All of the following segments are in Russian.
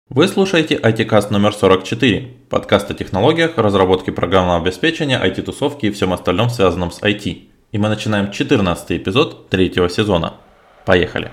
Вы слушаете IT-каст номер 44, подкаст о технологиях, разработке программного обеспечения, IT-тусовке и всем остальном, связанном с IT. И мы начинаем 14-й эпизод 3-го сезона. Поехали!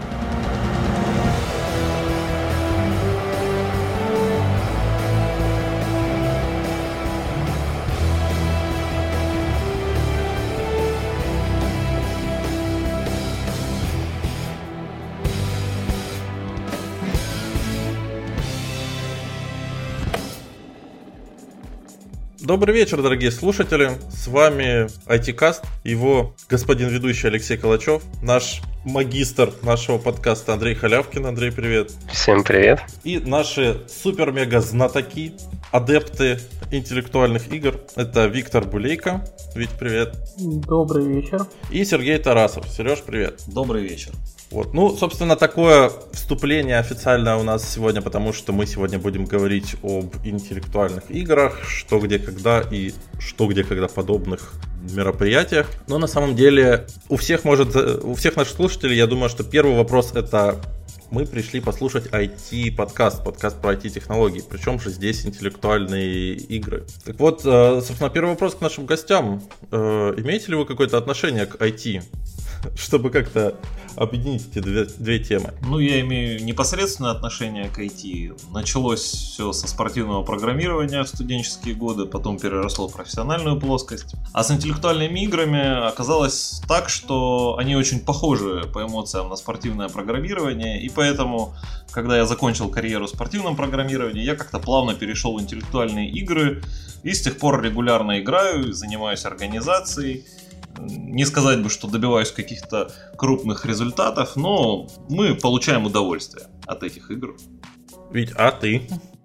Добрый вечер, дорогие слушатели, с вами IT-каст, его господин ведущий Алексей Калачев, наш магистр нашего подкаста Андрей Халявкин. Андрей, привет. Всем привет. И наши супер-мега-знатоки, адепты интеллектуальных игр, это Виктор Булейко. Вить, привет. Добрый вечер. И Сергей Тарасов. Сереж, привет. Добрый вечер. Вот. Ну, собственно, такое вступление официальное у нас сегодня, потому что мы сегодня будем говорить об интеллектуальных играх, что, где, когда и что, где, когда подобных мероприятиях. Но на самом деле у всех наших слушателей, я думаю, что первый вопрос — это мы пришли послушать IT-подкаст, подкаст про IT-технологии, причем же здесь интеллектуальные игры. Так вот, собственно, первый вопрос к нашим гостям. Имеете ли вы какое-то отношение к IT? Чтобы как-то объединить эти две темы. Ну, я имею непосредственное отношение к IT. Началось все со спортивного программирования в студенческие годы, потом переросло в профессиональную плоскость. А с интеллектуальными играми оказалось так, что они очень похожи по эмоциям на спортивное программирование, и поэтому, когда я закончил карьеру в спортивном программировании, я как-то плавно перешел в интеллектуальные игры, и с тех пор регулярно играю, занимаюсь организацией. Не сказать бы, что добиваюсь каких-то крупных результатов, но мы получаем удовольствие от этих игр. Ведь, а ты?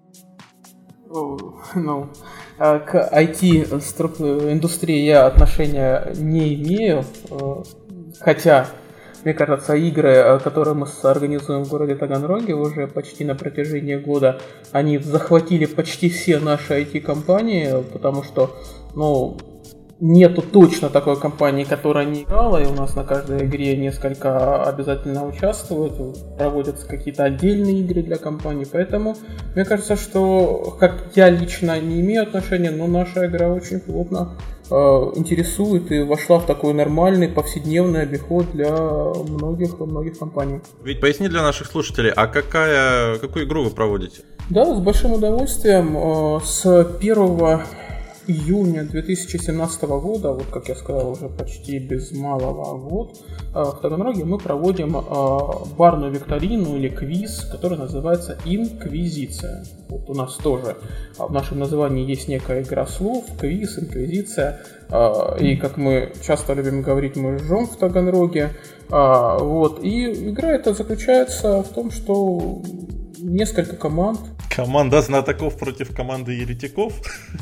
К IT-индустрии я отношения не имею, хотя, мне кажется, игры, которые мы организуем в городе Таганроге уже почти на протяжении года, они захватили почти все наши IT-компании, потому что, нету точно такой компании, которая не играла, и у нас на каждой игре несколько обязательно участвуют, проводятся какие-то отдельные игры для компаний, поэтому мне кажется, что, как я лично не имею отношения, но наша игра очень плотно интересует и вошла в такой нормальный повседневный обиход для многих компаний. Ведь поясни для наших слушателей, а какую игру вы проводите? Да, с большим удовольствием. С 1 июня 2017 года, вот как я сказал, уже почти без малого год, в Таганроге мы проводим барную викторину или квиз, который называется «Инквизиция». Вот у нас тоже в нашем названии есть некая игра слов, квиз, инквизиция, и как мы часто любим говорить, мы жжем в Таганроге. И игра эта заключается в том, что несколько команд. Команда знатоков против команды еретиков?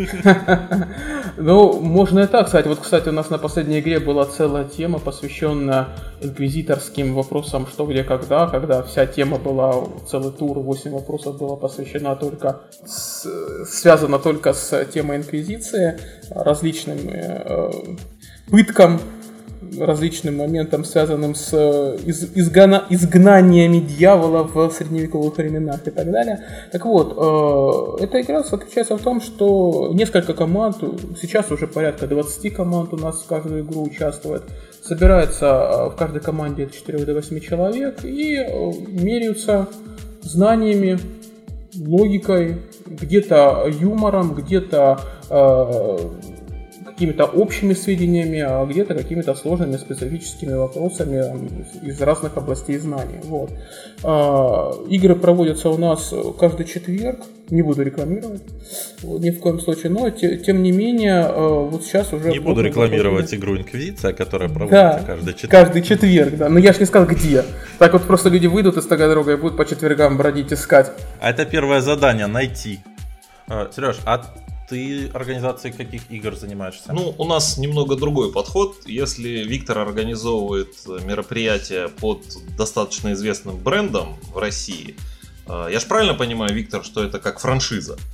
Можно и так сказать. Вот, кстати, у нас на последней игре была целая тема, посвященная инквизиторским вопросам, что, где, когда вся тема была, целый тур, 8 вопросов было посвящена связано только с темой инквизиции, различным пыткам, различным моментам, связанным с изгнаниями дьявола в средневековых временах и так далее. Так вот, эта игра заключается в том, что несколько команд, сейчас уже порядка 20 команд у нас в каждую игру участвует, собирается в каждой команде от 4 до 8 человек и меряются знаниями, логикой, где-то юмором, где-то какими-то общими сведениями, а где-то какими-то сложными специфическими вопросами из разных областей знаний. Вот. Игры проводятся у нас каждый четверг, не буду рекламировать, ни в коем случае, но тем не менее, вот сейчас уже... Не буду рекламировать игру «Инквизиция», которая проводится каждый четверг. Каждый четверг, да, но я же не сказал где. Так вот просто люди выйдут из Таганрога и будут по четвергам бродить, искать. А это первое задание — найти. Сереж, а ты организацией каких игр занимаешься? У нас немного другой подход. Если Виктор организовывает мероприятие под достаточно известным брендом в России, я же правильно понимаю, Виктор, что это как франшиза?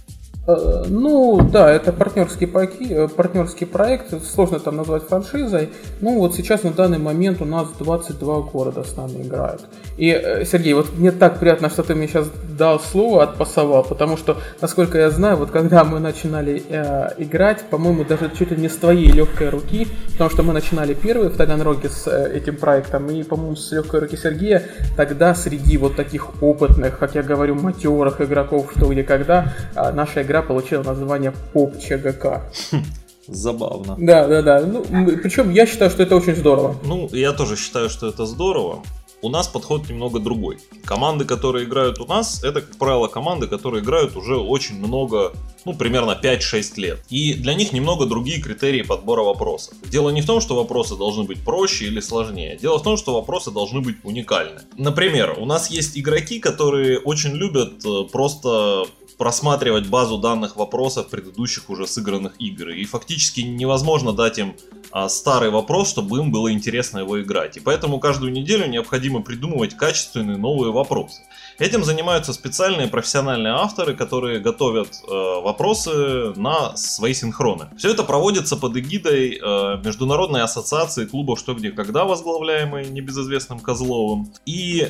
Ну, да, это партнерский проект, сложно там назвать франшизой. Ну, вот сейчас на данный момент у нас 22 города с нами играют. И, Сергей, вот мне так приятно, что ты мне сейчас дал слово, отпасовал, потому что, насколько я знаю, вот когда мы начинали играть, по-моему, даже чуть ли не с твоей легкой руки, потому что мы начинали первые в Таганроге с этим проектом, и, по-моему, с легкой руки Сергея, тогда среди вот таких опытных, как я говорю, матерых игроков, что где когда, наша игра получила название Pop ЧГК. Забавно. Да. Ну, причем я считаю, что это очень здорово. Ну, я тоже считаю, что это здорово. У нас подход немного другой. Команды, которые играют у нас, это, как правило, команды, которые играют уже очень много, ну, примерно 5-6 лет. И для них немного другие критерии подбора вопросов. Дело не в том, что вопросы должны быть проще или сложнее. Дело в том, что вопросы должны быть уникальны. Например, у нас есть игроки, которые очень любят просто просматривать базу данных вопросов предыдущих уже сыгранных игр. И фактически невозможно дать им старый вопрос, чтобы им было интересно его играть. И поэтому каждую неделю необходимо придумывать качественные новые вопросы. Этим занимаются специальные профессиональные авторы, которые готовят вопросы на свои синхроны. Все это проводится под эгидой Международной ассоциации клубов «Что, где, когда», возглавляемой небезызвестным Козловым. И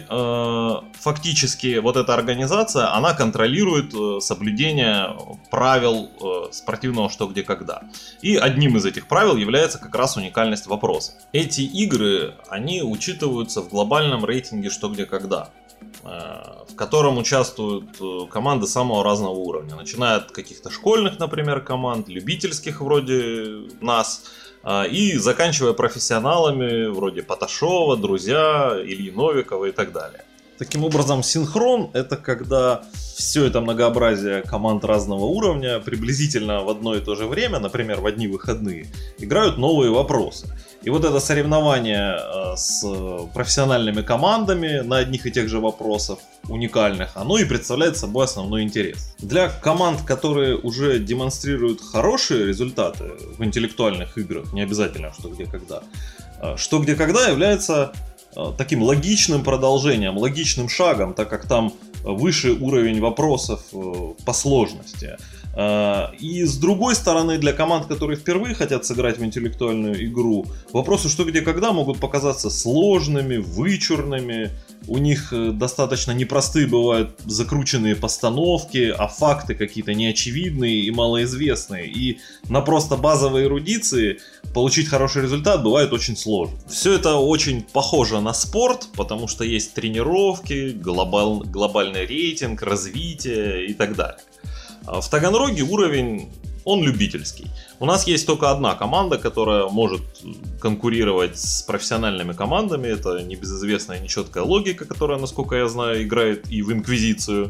фактически вот эта организация, она контролирует соблюдение правил спортивного «Что, где, когда». И одним из этих правил является как раз уникальность вопросов. Эти игры, они учитываются в глобальном рейтинге «Что, где, когда», в котором участвуют команды самого разного уровня, начиная от каких-то школьных, например, команд, любительских вроде нас, и заканчивая профессионалами вроде Поташова, Друзья, Ильи Новикова и так далее. Таким образом, синхрон — это когда все это многообразие команд разного уровня приблизительно в одно и то же время, например, в одни выходные, играют новые вопросы. И вот это соревнование с профессиональными командами на одних и тех же вопросах, уникальных, оно и представляет собой основной интерес. Для команд, которые уже демонстрируют хорошие результаты в интеллектуальных играх, не обязательно «Что, где, когда», «Что, где, когда» является таким логичным продолжением, логичным шагом, так как там выше уровень вопросов по сложности. И с другой стороны, для команд, которые впервые хотят сыграть в интеллектуальную игру, вопросы «Что, где, когда» могут показаться сложными, вычурными. У них достаточно непростые бывают закрученные постановки, а факты какие-то неочевидные и малоизвестные. И на просто базовой эрудиции получить хороший результат бывает очень сложно. Все это очень похоже на спорт, потому что есть тренировки, глобальный рейтинг, развитие и так далее. В Таганроге уровень, он любительский. У нас есть только одна команда, которая может конкурировать с профессиональными командами. Это небезызвестная нечеткая логика, которая, насколько я знаю, играет и в Инквизицию.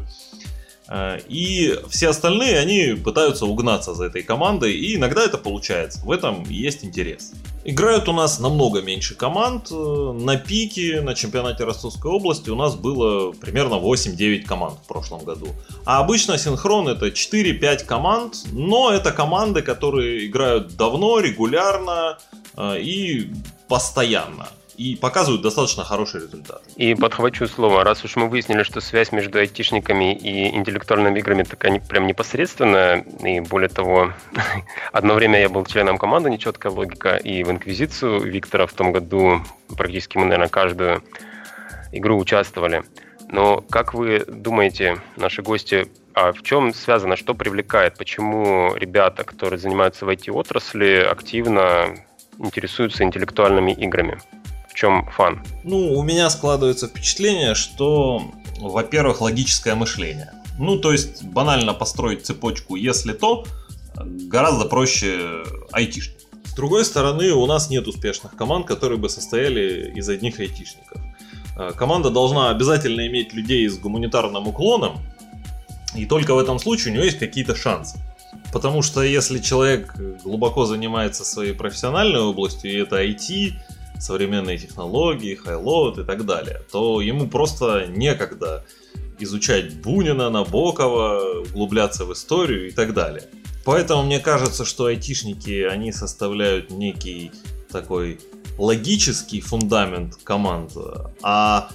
И все остальные, они пытаются угнаться за этой командой, и иногда это получается. В этом есть интерес. Играют у нас намного меньше команд. На пике, на чемпионате Ростовской области у нас было примерно 8-9 команд в прошлом году. А обычно синхрон — это 4-5 команд, но это команды, которые играют давно, регулярно и постоянно. И показывают достаточно хороший результат. И подхвачу слово. Раз уж мы выяснили, что связь между айтишниками и интеллектуальными играми такая прям непосредственная, и более того, одно время я был членом команды «Нечеткая логика», и в «Инквизицию» Виктора в том году практически мы, наверное, каждую игру участвовали. Но как вы думаете, наши гости, а в чем связано, что привлекает, почему ребята, которые занимаются в IT-отрасли, активно интересуются интеллектуальными играми? В чем фан? Ну, у меня складывается впечатление, что, во-первых, логическое мышление. Ну, то есть, банально построить цепочку «если то» гораздо проще айтишнику. С другой стороны, у нас нет успешных команд, которые бы состояли из одних айтишников. Команда должна обязательно иметь людей с гуманитарным уклоном, и только в этом случае у него есть какие-то шансы. Потому что если человек глубоко занимается своей профессиональной областью, и это IT, современные технологии, хайлоуд и так далее, то ему просто некогда изучать Бунина, Набокова, углубляться в историю и так далее. Поэтому мне кажется, что айтишники, они составляют некий такой логический фундамент команд, а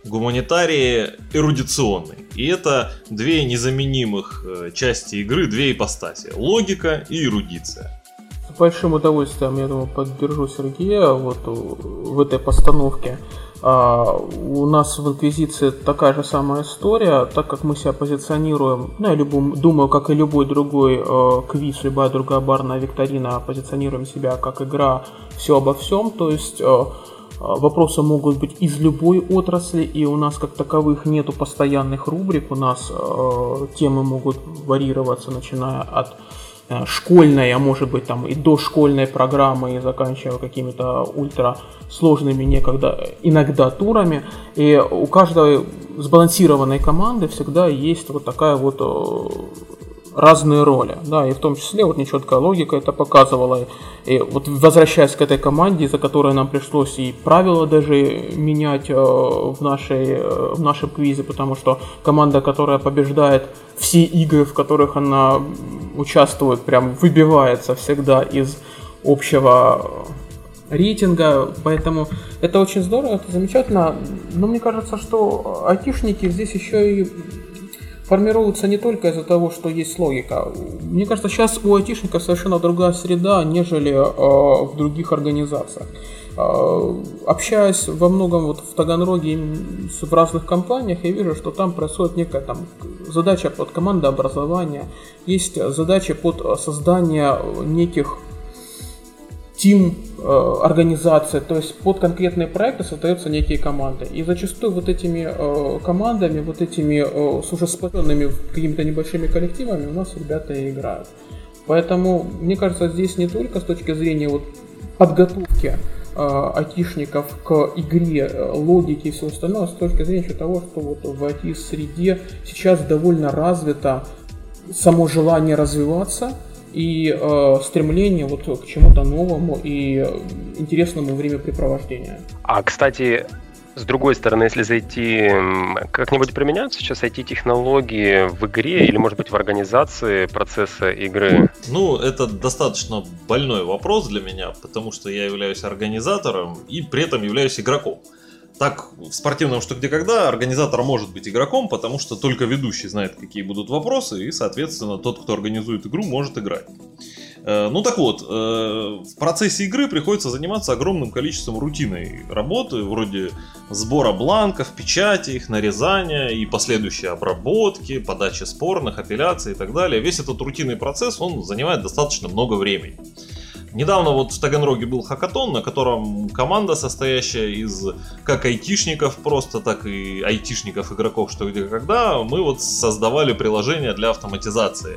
гуманитарии эрудиционный. И это две незаменимых части игры, две ипостаси. Логика и эрудиция. С большим удовольствием, я думаю, поддержу Сергея вот в этой постановке. У нас в Инквизиции такая же самая история, так как мы себя позиционируем, я думаю, как и любой другой квиз, любая другая барная викторина, позиционируем себя как игра «все обо всем», то есть вопросы могут быть из любой отрасли, и у нас как таковых нету постоянных рубрик, у нас темы могут варьироваться, начиная от школьной, а может быть там и дошкольной программы, и заканчивая какими-то ультрасложными иногда турами. И у каждой сбалансированной команды всегда есть вот такая вот разные роли, да, и в том числе вот нечеткая логика это показывала. И вот возвращаясь к этой команде, за которой нам пришлось и правила даже менять в нашем квизе, потому что команда, которая побеждает все игры, в которых она участвует, прям выбивается всегда из общего рейтинга, поэтому это очень здорово, это замечательно, но мне кажется, что айтишники здесь еще и формируются не только из-за того, что есть логика. Мне кажется, сейчас у айтишников совершенно другая среда, нежели в других организациях. Общаясь во многом вот в Таганроге в разных компаниях, я вижу, что там происходит некая там задача под командообразование, есть задача под создание неких организации, то есть под конкретные проекты создаются некие команды. И зачастую вот этими командами, вот этими с уже сплоченными какими-то небольшими коллективами у нас ребята и играют. Поэтому, мне кажется, здесь не только с точки зрения вот подготовки айтишников к игре, логике и всего остального, с точки зрения еще того, что вот в IT-среде сейчас довольно развито само желание развиваться и стремление вот к чему-то новому и интересному времяпрепровождению. А, кстати, с другой стороны, если зайти, как-нибудь применяются сейчас IT-технологии в игре или, может быть, в организации процесса игры? Ну, это достаточно больной вопрос для меня, потому что я являюсь организатором и при этом являюсь игроком. Так, в спортивном «Что, где, когда» организатор может быть игроком, потому что только ведущий знает, какие будут вопросы, и, соответственно, тот, кто организует игру, может играть. Ну так вот, в процессе игры приходится заниматься огромным количеством рутинной работы, вроде сбора бланков, печати их, нарезания и последующей обработки, подачи спорных, апелляций и так далее. Весь этот рутинный процесс, он занимает достаточно много времени. Недавно вот в Таганроге был хакатон, на котором команда, состоящая из как айтишников просто, так и айтишников, игроков, что где когда, мы вот создавали приложение для автоматизации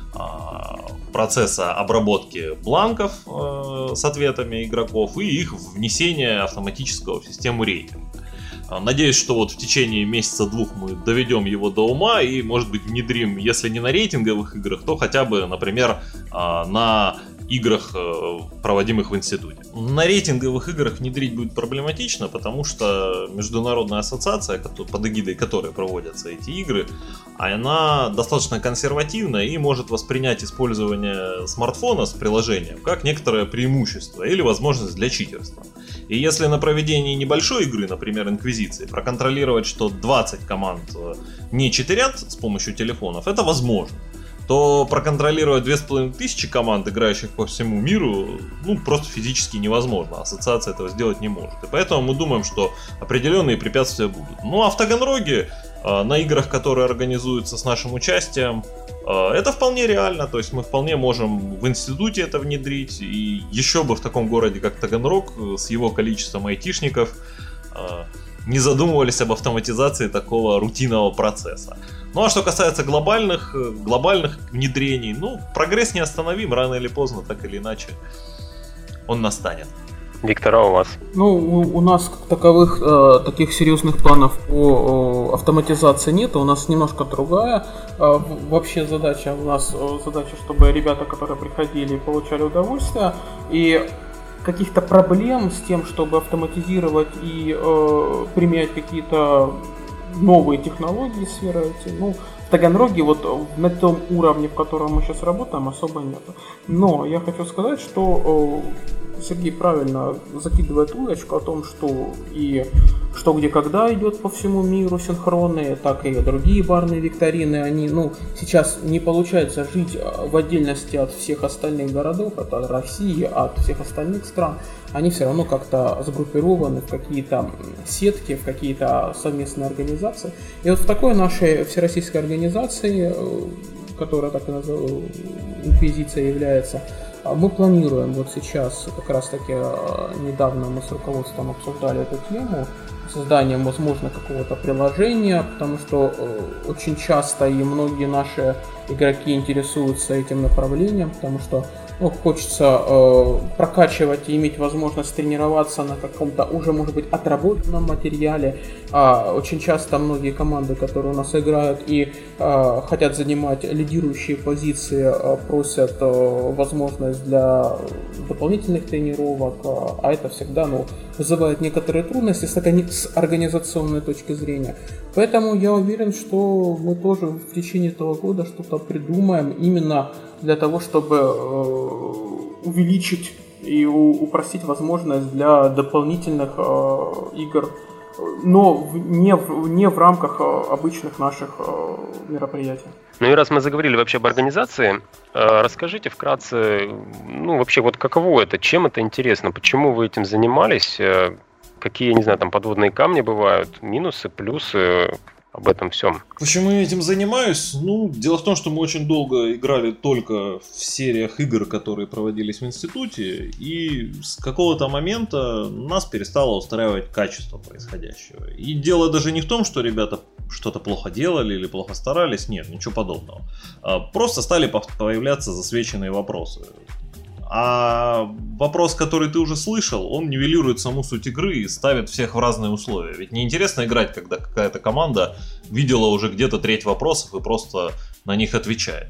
процесса обработки бланков с ответами игроков и их внесения автоматического в систему рейтинга. Надеюсь, что вот в течение месяца-двух мы доведем его до ума и, может быть, внедрим, если не на рейтинговых играх, то хотя бы, например, на играх, проводимых в институте. На рейтинговых играх внедрить будет проблематично, потому что международная ассоциация, под эгидой которой проводятся эти игры, она достаточно консервативна и может воспринять использование смартфона с приложением как некоторое преимущество или возможность для читерства. И если на проведении небольшой игры, например, Инквизиции, проконтролировать, что 20 команд не читерят с помощью телефонов, это возможно, то проконтролировать 2500 команд, играющих по всему миру, просто физически невозможно. Ассоциация этого сделать не может. И поэтому мы думаем, что определенные препятствия будут. Ну а в Таганроге, на играх, которые организуются с нашим участием, это вполне реально. То есть мы вполне можем в институте это внедрить. И еще бы в таком городе, как Таганрог, с его количеством айтишников, не задумывались об автоматизации такого рутинного процесса. Ну а что касается глобальных внедрений, прогресс неостановим, рано или поздно, так или иначе, он настанет. Виктор, а у вас? У нас как таковых таких серьезных планов по автоматизации нет, у нас немножко другая вообще задача. У нас задача, чтобы ребята, которые приходили, получали удовольствие, и каких-то проблем с тем, чтобы автоматизировать и применять какие-то новые технологии сферы IT, в Таганроге вот на том уровне, в котором мы сейчас работаем, особо нет. Но я хочу сказать, что Сергей правильно закидывает удочку о том, что и «Что, где, когда» идет по всему миру синхронные, так и другие барные викторины. Они, сейчас не получается жить в отдельности от всех остальных городов, от России, от всех остальных стран. Они все равно как-то сгруппированы в какие-то сетки, в какие-то совместные организации. И вот в такой нашей всероссийской организации, которая так и называется, Инквизиция является, мы планируем вот сейчас, как раз таки недавно мы с руководством обсуждали эту тему, созданием, возможно, какого-то приложения, потому что очень часто и многие наши игроки интересуются этим направлением, потому что хочется прокачивать и иметь возможность тренироваться на каком-то уже, может быть, отработанном материале. Очень часто многие команды, которые у нас играют и хотят занимать лидирующие позиции, просят возможность для дополнительных тренировок, а это всегда вызывает некоторые трудности с организационной точки зрения. Поэтому я уверен, что мы тоже в течение этого года что-то придумаем именно для того, чтобы увеличить и упростить возможность для дополнительных игр, но не в рамках обычных наших мероприятий. Ну и раз мы заговорили вообще об организации, расскажите вкратце, вообще вот каково это, чем это интересно, почему вы этим занимались, какие, не знаю, там подводные камни бывают, минусы, плюсы, об этом всем. Почему я этим занимаюсь? Дело в том, что мы очень долго играли только в сериях игр, которые проводились в институте, и с какого-то момента нас перестало устраивать качество происходящего. И дело даже не в том, что ребята что-то плохо делали или плохо старались, нет, ничего подобного. Просто стали появляться засвеченные вопросы. А вопрос, который ты уже слышал, он нивелирует саму суть игры и ставит всех в разные условия. Ведь неинтересно играть, когда какая-то команда видела уже где-то треть вопросов и просто на них отвечает.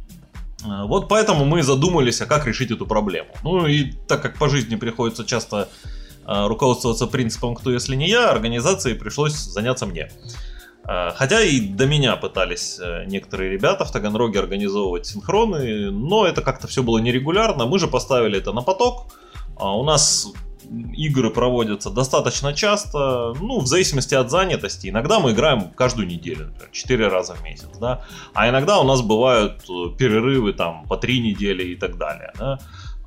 Вот поэтому мы задумались, а как решить эту проблему. И так как по жизни приходится часто руководствоваться принципом «кто, если не я», организацией пришлось заняться мне. Хотя и до меня пытались некоторые ребята в Таганроге организовывать синхроны, но это как-то все было нерегулярно. Мы же поставили это на поток. У нас игры проводятся достаточно часто, в зависимости от занятости. Иногда мы играем каждую неделю, например, 4 раза в месяц, да? А иногда у нас бывают перерывы там, по 3 недели и так далее. Да?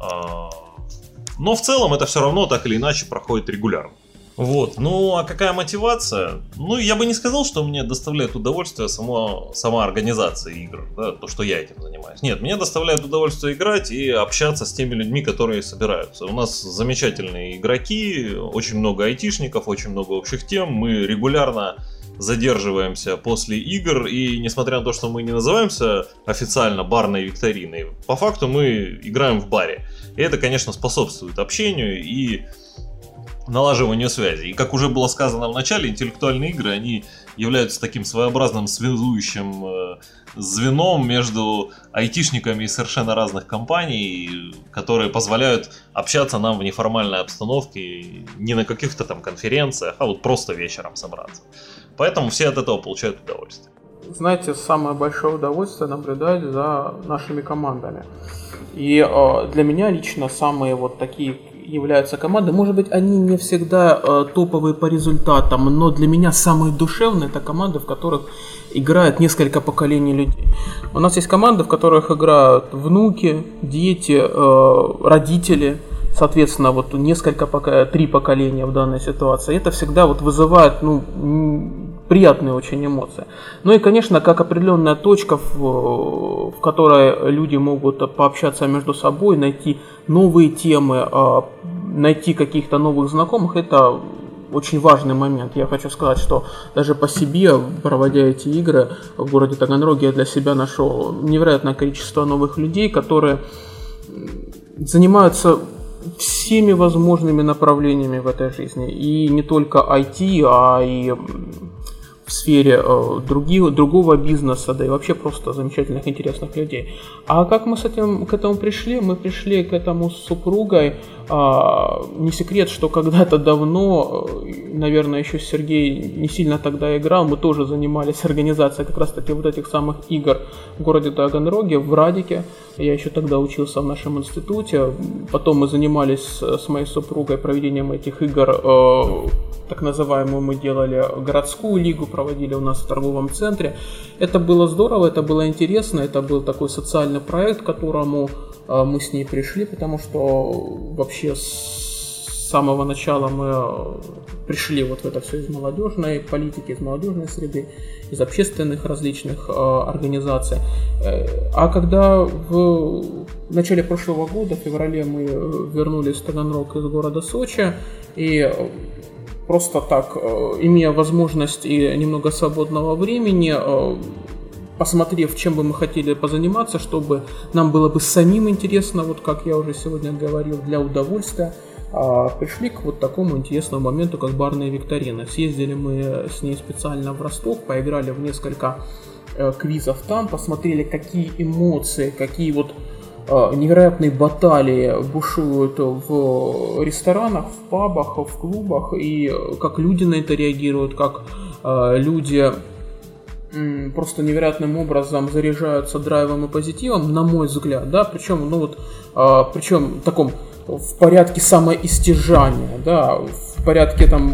Но в целом это все равно так или иначе проходит регулярно. Вот, а какая мотивация? Я бы не сказал, что мне доставляет удовольствие сама организация игр, да, то, что я этим занимаюсь. Нет, мне доставляет удовольствие играть и общаться с теми людьми, которые собираются. У нас замечательные игроки, очень много айтишников, очень много общих тем, мы регулярно задерживаемся после игр, и несмотря на то, что мы не называемся официально барной викториной, по факту мы играем в баре. И это, конечно, способствует общению и налаживанию связи. И как уже было сказано в начале, интеллектуальные игры, они являются таким своеобразным связующим звеном между айтишниками из совершенно разных компаний, которые позволяют общаться нам в неформальной обстановке, не на каких-то там конференциях, а вот просто вечером собраться. Поэтому все от этого получают удовольствие. Знаете, самое большое удовольствие наблюдать за нашими командами. И для меня лично самые вот такие являются команды. Может быть, они не всегда топовые по результатам, но для меня самые душевные это команды, в которых играет несколько поколений людей. У нас есть команды, в которых играют внуки, дети, родители. Соответственно, вот три поколения в данной ситуации. Это всегда вот вызывает приятные очень эмоции. Ну и, конечно, как определенная точка, в которой люди могут пообщаться между собой, найти новые темы, найти каких-то новых знакомых, это очень важный момент. Я хочу сказать, что даже по себе, проводя эти игры в городе Таганроге, я для себя нашел невероятное количество новых людей, которые занимаются всеми возможными направлениями в этой жизни. И не только IT, а и в сфере другого бизнеса, да и вообще просто замечательных, интересных людей. А как мы к этому пришли? Мы пришли к этому с супругой. Не секрет, что когда-то давно, наверное, еще Сергей не сильно тогда играл, мы тоже занимались организацией как раз-таки вот этих самых игр в городе Таганроге, в Радике. Я еще тогда учился в нашем институте. Потом мы занимались с моей супругой проведением этих игр так называемую мы делали городскую лигу, проводили у нас в торговом центре. Это было здорово, это было интересно, это был такой социальный проект, к которому мы с ней пришли, потому что вообще с самого начала мы пришли вот в это все из молодежной политики, из молодежной среды, из общественных различных организаций. А когда в начале прошлого года, в феврале, мы вернулись в Таганрог из города Сочи, и просто так, имея возможность и немного свободного времени, посмотрев, чем бы мы хотели позаниматься, чтобы нам было бы самим интересно, вот как я уже сегодня говорил, для удовольствия, пришли к вот такому интересному моменту, как барные викторины. Съездили мы с ней специально в Ростов, поиграли в несколько квизов там, посмотрели, какие эмоции, какие вот невероятные баталии бушуют в ресторанах, в пабах, в клубах, и как люди на это реагируют, как люди просто невероятным образом заряжаются драйвом и позитивом, на мой взгляд, да, причем, причем в таком в порядке самоистяжания, да, в порядке там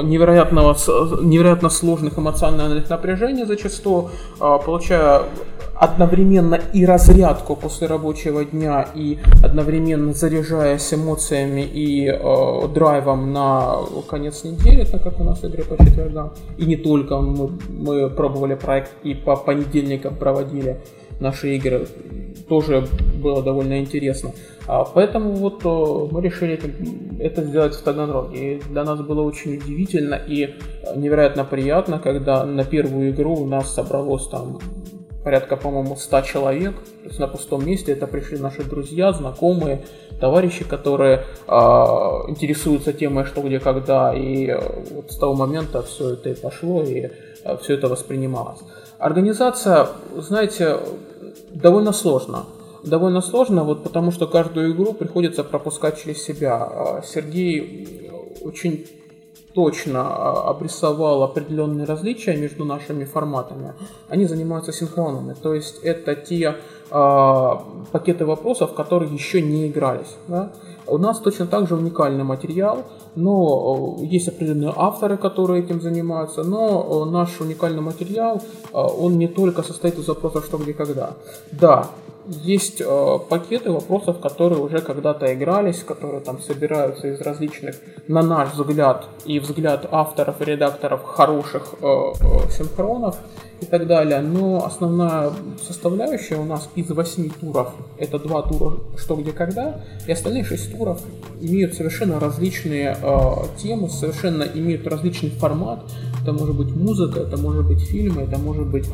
невероятно сложных эмоциональных напряжений зачастую, получая одновременно и разрядку после рабочего дня, и одновременно заряжаясь эмоциями и драйвом на конец недели, так как у нас игры по четвергам, и не только, мы пробовали проект и по понедельникам проводили наши игры, тоже было довольно интересно. Поэтому вот мы решили это сделать в Таганроге. И для нас было очень удивительно и невероятно приятно, когда на первую игру у нас собралось там порядка, по-моему, 100 человек. То есть на пустом месте это пришли наши друзья, знакомые, товарищи, которые интересуются темой «Что, где, когда». И вот с того момента все это и пошло, и все это воспринималось. Организация, знаете, довольно сложно. Довольно сложно, вот потому что каждую игру приходится пропускать через себя. Сергей очень точно обрисовал определенные различия между нашими форматами. Они занимаются синхронами, то есть это те пакеты вопросов, которые еще не игрались. Да? У нас точно так же уникальный материал, но есть определенные авторы, которые этим занимаются, но наш уникальный материал, он не только состоит из вопросов «Что, где, когда». Да, есть пакеты вопросов, которые уже когда-то игрались, которые там собираются из различных, на наш взгляд, и взгляд авторов и редакторов, хороших синхронов и так далее. Но основная составляющая у нас из 8 туров, это 2 тура «Что, где, когда», и остальные 6 туров имеют совершенно различные темы, совершенно имеют различный формат. Это может быть музыка, это может быть фильмы, это может быть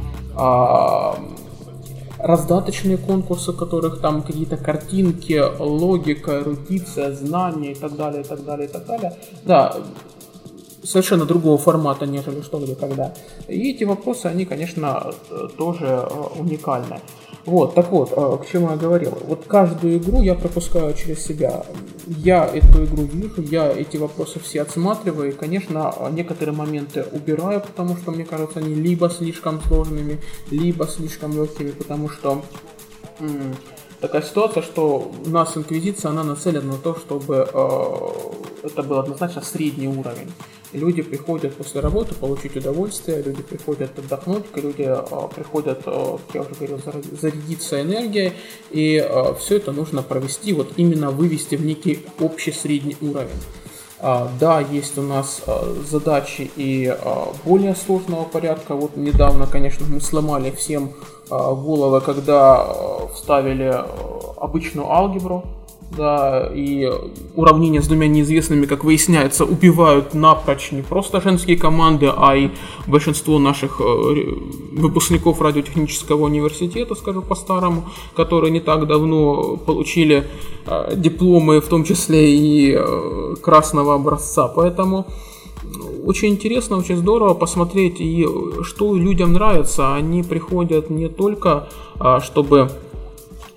раздаточные конкурсы, в которых там какие-то картинки, логика, эрудиция, знания и так далее, и так далее, и так далее. Да, совершенно другого формата, нежели «Что, где, когда». И эти вопросы, они, конечно, тоже уникальны. Вот, так вот, к чему я говорил. Вот каждую игру я пропускаю через себя. Я эту игру вижу, я эти вопросы все отсматриваю, и, конечно, некоторые моменты убираю, потому что, мне кажется, они либо слишком сложными, либо слишком легкими, потому что такая ситуация, что у нас инквизиция, она нацелена на то, чтобы это был однозначно средний уровень. Люди приходят после работы получить удовольствие, люди приходят отдохнуть, люди приходят, как я уже говорил, зарядиться энергией, и все это нужно провести, вот именно вывести в некий общий средний уровень. Да, есть у нас задачи и более сложного порядка. Вот недавно, конечно, мы сломали всем головы, когда вставили обычную алгебру. Да, и уравнения с двумя неизвестными, как выясняется, убивают напрочь не просто женские команды, а и большинство наших выпускников радиотехнического университета, скажу по-старому, которые не так давно получили дипломы, в том числе и красного образца. Поэтому очень интересно, очень здорово посмотреть, и что людям нравится. Они приходят не только, чтобы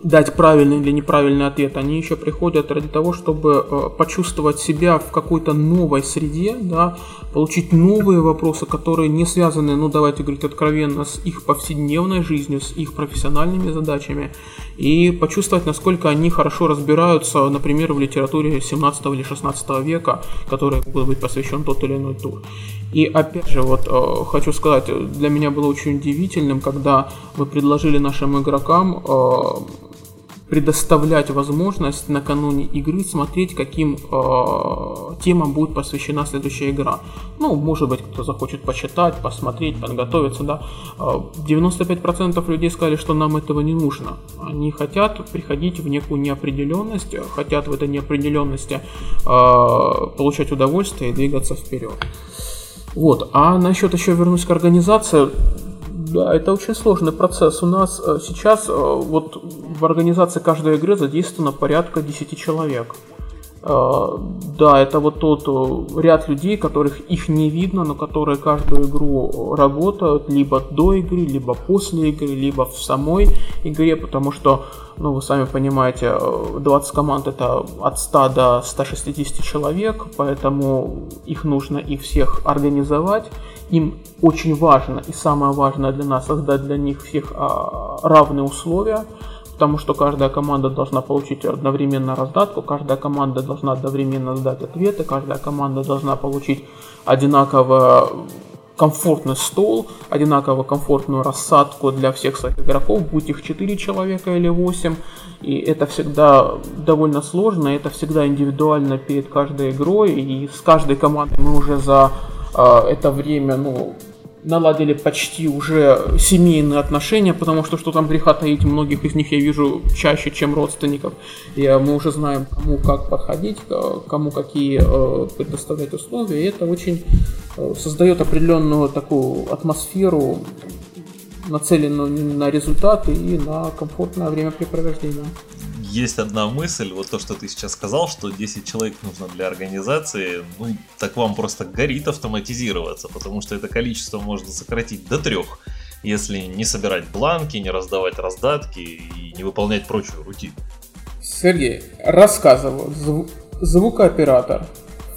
дать правильный или неправильный ответ, они еще приходят ради того, чтобы почувствовать себя в какой-то новой среде, да, получить новые вопросы, которые не связаны, ну давайте говорить откровенно, с их повседневной жизнью, с их профессиональными задачами, и почувствовать, насколько они хорошо разбираются, например, в литературе 17 или 16 века, которой будет быть посвящен тот или иной тур. И опять же, вот хочу сказать, для меня было очень удивительным, когда мы предложили нашим игрокам предоставлять возможность накануне игры смотреть, каким темам будет посвящена следующая игра. Ну, может быть, кто захочет почитать, посмотреть, подготовиться, да. 95% людей сказали, что нам этого не нужно. Они хотят приходить в некую неопределенность, хотят в этой неопределенности получать удовольствие и двигаться вперед. Вот, а насчет еще вернусь к организации. Да, это очень сложный процесс. У нас сейчас вот в организации каждой игры задействовано порядка 10 человек. Да, это вот тот ряд людей, которых их не видно, но которые каждую игру работают либо до игры, либо после игры, либо в самой игре, потому что, ну, вы сами понимаете, 20 команд это от 100 до 160 человек, поэтому их нужно их всех организовать. Им очень важно, и самое важное для нас, создать для них всех равные условия, потому что каждая команда должна получить одновременно раздатку, каждая команда должна одновременно сдать ответы, каждая команда должна получить одинаково комфортный стол, одинаково комфортную рассадку для всех своих игроков, будь их 4 человека или 8, и это всегда довольно сложно, это всегда индивидуально перед каждой игрой, и с каждой командой мы уже за это время, ну, наладили почти уже семейные отношения, потому что там греха таить, многих из них я вижу чаще, чем родственников. И мы уже знаем, кому как подходить, кому какие предоставлять условия, и это очень создает определенную такую атмосферу, нацеленную на результаты и на комфортное времяпрепровождение. Есть одна мысль, вот то, что ты сейчас сказал, что 10 человек нужно для организации, ну, так вам просто горит автоматизироваться, потому что это количество можно сократить до 3, если не собирать бланки, не раздавать раздатки и не выполнять прочую рутину. Сергей, рассказываю. Звукооператор,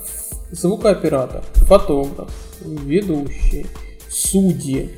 фотограф, ведущий, судьи,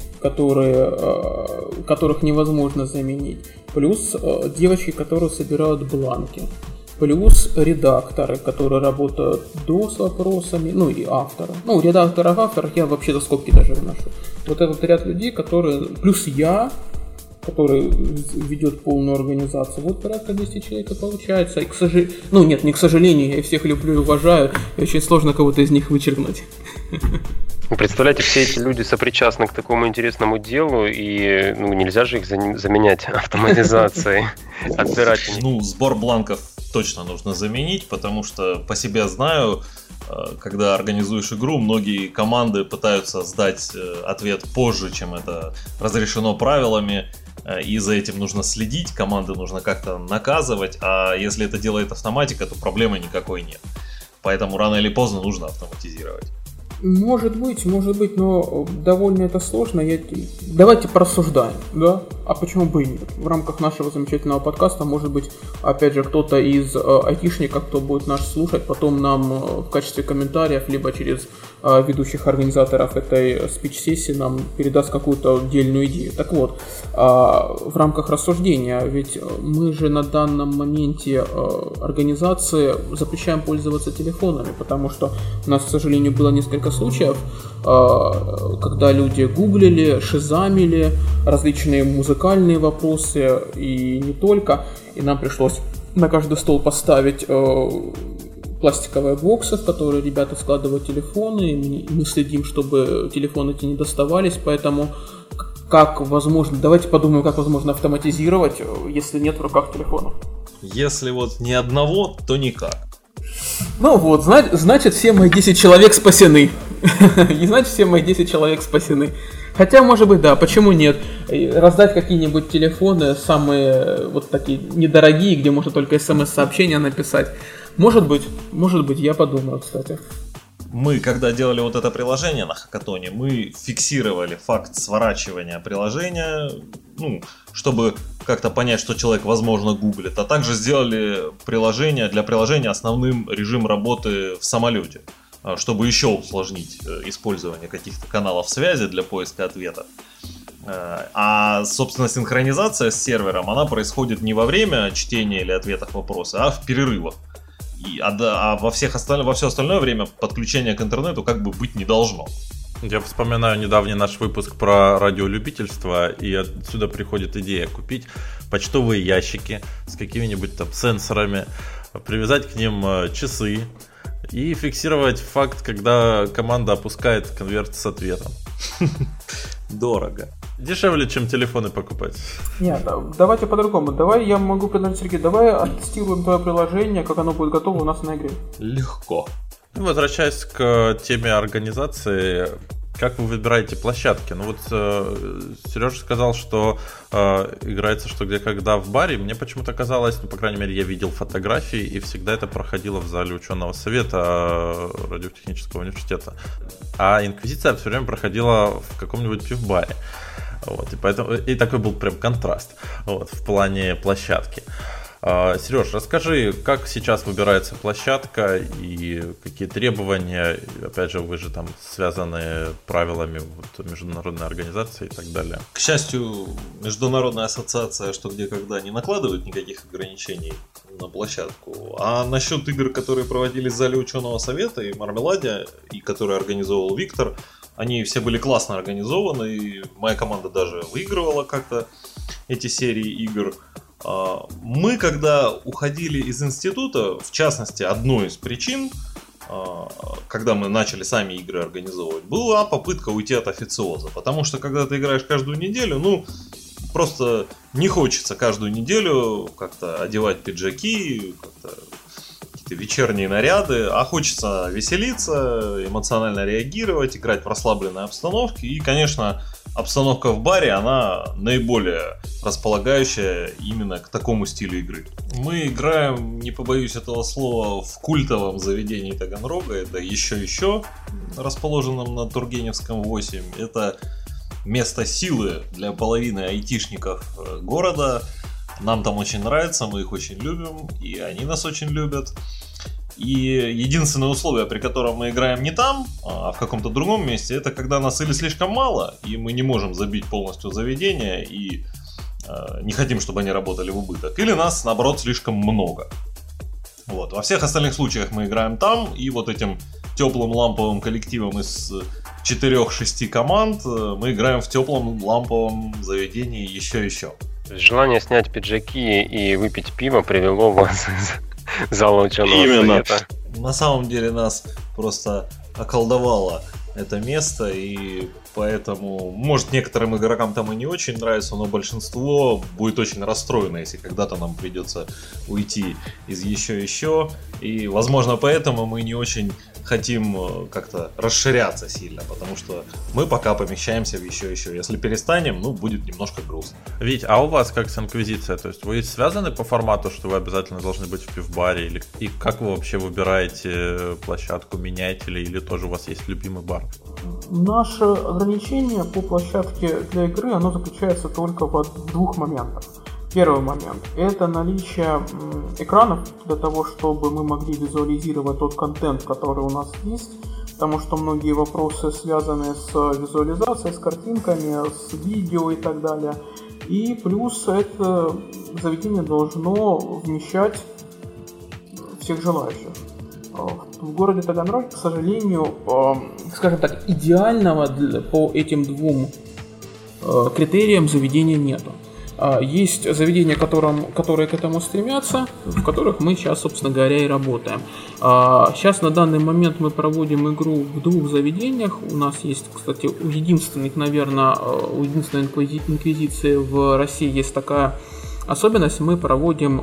которых невозможно заменить, плюс девочки, которые собирают бланки, плюс редакторы, которые работают до с вопросами, ну и авторы. Ну, редакторов, я вообще за скобки даже выношу. Вот этот ряд людей, которые, плюс я, который ведет полную организацию, вот порядка 200 человек и получается. И, не к сожалению, я всех люблю и уважаю, и очень сложно кого-то из них вычеркнуть. Представляете, все эти люди сопричастны к такому интересному делу, и нельзя же их заменять автоматизацией, отбирать. Сбор бланков точно нужно заменить, потому что по себе знаю, когда организуешь игру, многие команды пытаются сдать ответ позже, чем это разрешено правилами, и за этим нужно следить, команды нужно как-то наказывать, а если это делает автоматика, то проблемы никакой нет. Поэтому рано или поздно нужно автоматизировать. Может быть, но довольно это сложно. Давайте порассуждаем, да? А почему бы и нет? В рамках нашего замечательного подкаста, может быть, опять же, кто-то из айтишников, кто будет нас слушать, потом нам в качестве комментариев, либо через ведущих организаторов этой спич-сессии нам передаст какую-то отдельную идею. Так вот, в рамках рассуждения, ведь мы же на данном моменте организации запрещаем пользоваться телефонами, потому что у нас, к сожалению, было несколько случаев, когда люди гуглили, шизамили различные музыкальные вопросы и не только, и нам пришлось на каждый стол поставить пластиковые боксы, в которые ребята складывают телефоны, и мы следим, чтобы телефоны эти не доставались, поэтому давайте подумаем, как возможно автоматизировать, если нет в руках телефонов. Если вот ни одного, то никак. Значит, все мои 10 человек спасены. И значит, все мои 10 человек спасены. Хотя, может быть, да, почему нет? Раздать какие-нибудь телефоны, самые вот такие недорогие, где можно только смс-сообщения написать. Может быть, я подумаю, кстати. Мы, когда делали вот это приложение на хакатоне, мы фиксировали факт сворачивания приложения, чтобы как-то понять, что человек, возможно, гуглит, а также сделали для приложения основным режим работы в самолете, чтобы еще усложнить использование каких-то каналов связи для поиска ответов. А, собственно, синхронизация с сервером, она происходит не во время чтения или ответов вопроса, а в перерывах. Во все остальное время подключение к интернету как бы быть не должно. Я вспоминаю недавний наш выпуск про радиолюбительство, и отсюда приходит идея купить почтовые ящики с какими-нибудь там сенсорами, привязать к ним часы и фиксировать факт, когда команда опускает конверт с ответом. Дорого. Дешевле, чем телефоны покупать. Нет, давайте по-другому. Я могу предложить, Сергей, давай оттестируем твое приложение, как оно будет готово у нас на игре. Легко. Возвращаясь к теме организации, как вы выбираете площадки? Ну вот Сережа сказал, что играется что где когда в баре. Мне почему-то казалось, по крайней мере, я видел фотографии, и всегда это проходило в зале ученого совета радиотехнического университета. А Инквизиция все время проходила в каком-нибудь пивбаре. Вот, и такой был прям контраст в плане площадки. Сереж, расскажи, как сейчас выбирается площадка и какие требования, опять же, вы же там связаны правилами международной организации и так далее. К счастью, Международная ассоциация «Что, где, когда» не накладывает никаких ограничений на площадку. А насчет игр, которые проводились в зале ученого совета и Мармеладе, и которые организовывал Виктор, они все были классно организованы, и моя команда даже выигрывала как-то эти серии игр. Мы, когда уходили из института, в частности, одной из причин, когда мы начали сами игры организовывать, была попытка уйти от официоза. Потому что, когда ты играешь каждую неделю, просто не хочется каждую неделю как-то одевать пиджаки, как-то какие-то вечерние наряды, а хочется веселиться, эмоционально реагировать, играть в расслабленной обстановке. И, конечно, обстановка в баре, она наиболее располагающая именно к такому стилю игры. Мы играем, не побоюсь этого слова, в культовом заведении Таганрога, это еще, расположенном на Тургеневском 8. Это место силы для половины айтишников города. Нам там очень нравится, мы их очень любим, и они нас очень любят. И единственное условие, при котором мы играем не там, а в каком-то другом месте, это когда нас или слишком мало, и мы не можем забить полностью заведение, и не хотим, чтобы они работали в убыток, или нас, наоборот, слишком много. Вот. Во всех остальных случаях мы играем там, и вот этим теплым ламповым коллективом из 4-6 команд мы играем в теплом ламповом заведении еще. Желание снять пиджаки и выпить пиво привело вас из зала ученого совета. На самом деле нас просто околдовало это место, и поэтому, может, некоторым игрокам там и не очень нравится, но большинство будет очень расстроено, если когда-то нам придется уйти из еще. И, возможно, поэтому мы не очень хотим как-то расширяться сильно, потому что мы пока помещаемся в еще. Если перестанем, будет немножко грустно. Вить, а у вас как с Инквизицией? То есть вы связаны по формату, что вы обязательно должны быть в пивбаре? И как вы вообще выбираете площадку, меняете ли, или тоже у вас есть любимый бар? Наше ограничение по площадке для игры, оно заключается только в двух моментах. Первый момент – это наличие экранов для того, чтобы мы могли визуализировать тот контент, который у нас есть, потому что многие вопросы связаны с визуализацией, с картинками, с видео и так далее. И плюс это заведение должно вмещать всех желающих. В городе Таганрог, к сожалению, скажем так, идеального по этим двум критериям заведения нету. Есть заведения, которые к этому стремятся, в которых мы сейчас, собственно говоря, и работаем. Сейчас на данный момент мы проводим игру в двух заведениях. У нас есть, кстати, у единственной инквизиции в России есть такая особенность. Мы проводим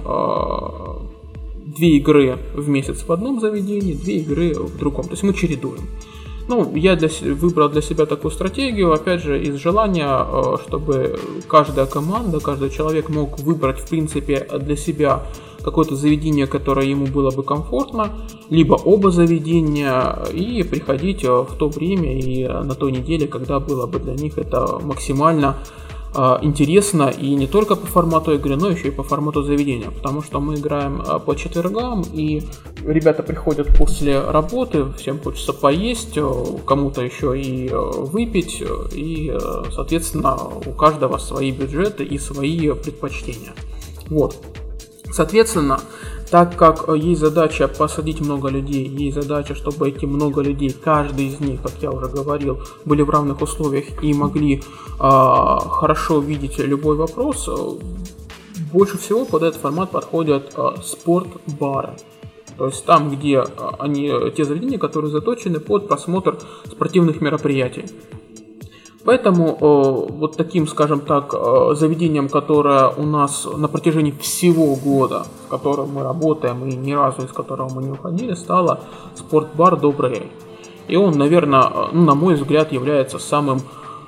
2 игры в месяц в одном заведении, 2 игры в другом. То есть мы чередуем. Я выбрал для себя такую стратегию, опять же, из желания, чтобы каждая команда, каждый человек мог выбрать, в принципе, для себя какое-то заведение, которое ему было бы комфортно, либо оба заведения, и приходить в то время и на той неделе, когда было бы для них это максимально интересно и не только по формату игры, но еще и по формату заведения, потому что мы играем по четвергам, и ребята приходят после работы, всем хочется поесть, кому-то еще и выпить, и, соответственно, у каждого свои бюджеты и свои предпочтения. Вот. Соответственно, так как есть задача посадить много людей, есть задача, чтобы эти много людей, каждый из них, как я уже говорил, были в равных условиях и могли хорошо видеть любой вопрос, больше всего под этот формат подходят спортбары. То есть там, где те заведения, которые заточены под просмотр спортивных мероприятий. Поэтому вот таким, скажем так, заведением, которое у нас на протяжении всего года, в котором мы работаем и ни разу из которого мы не уходили, стало спортбар «Добрый Эль». И он, наверное, на мой взгляд, является самым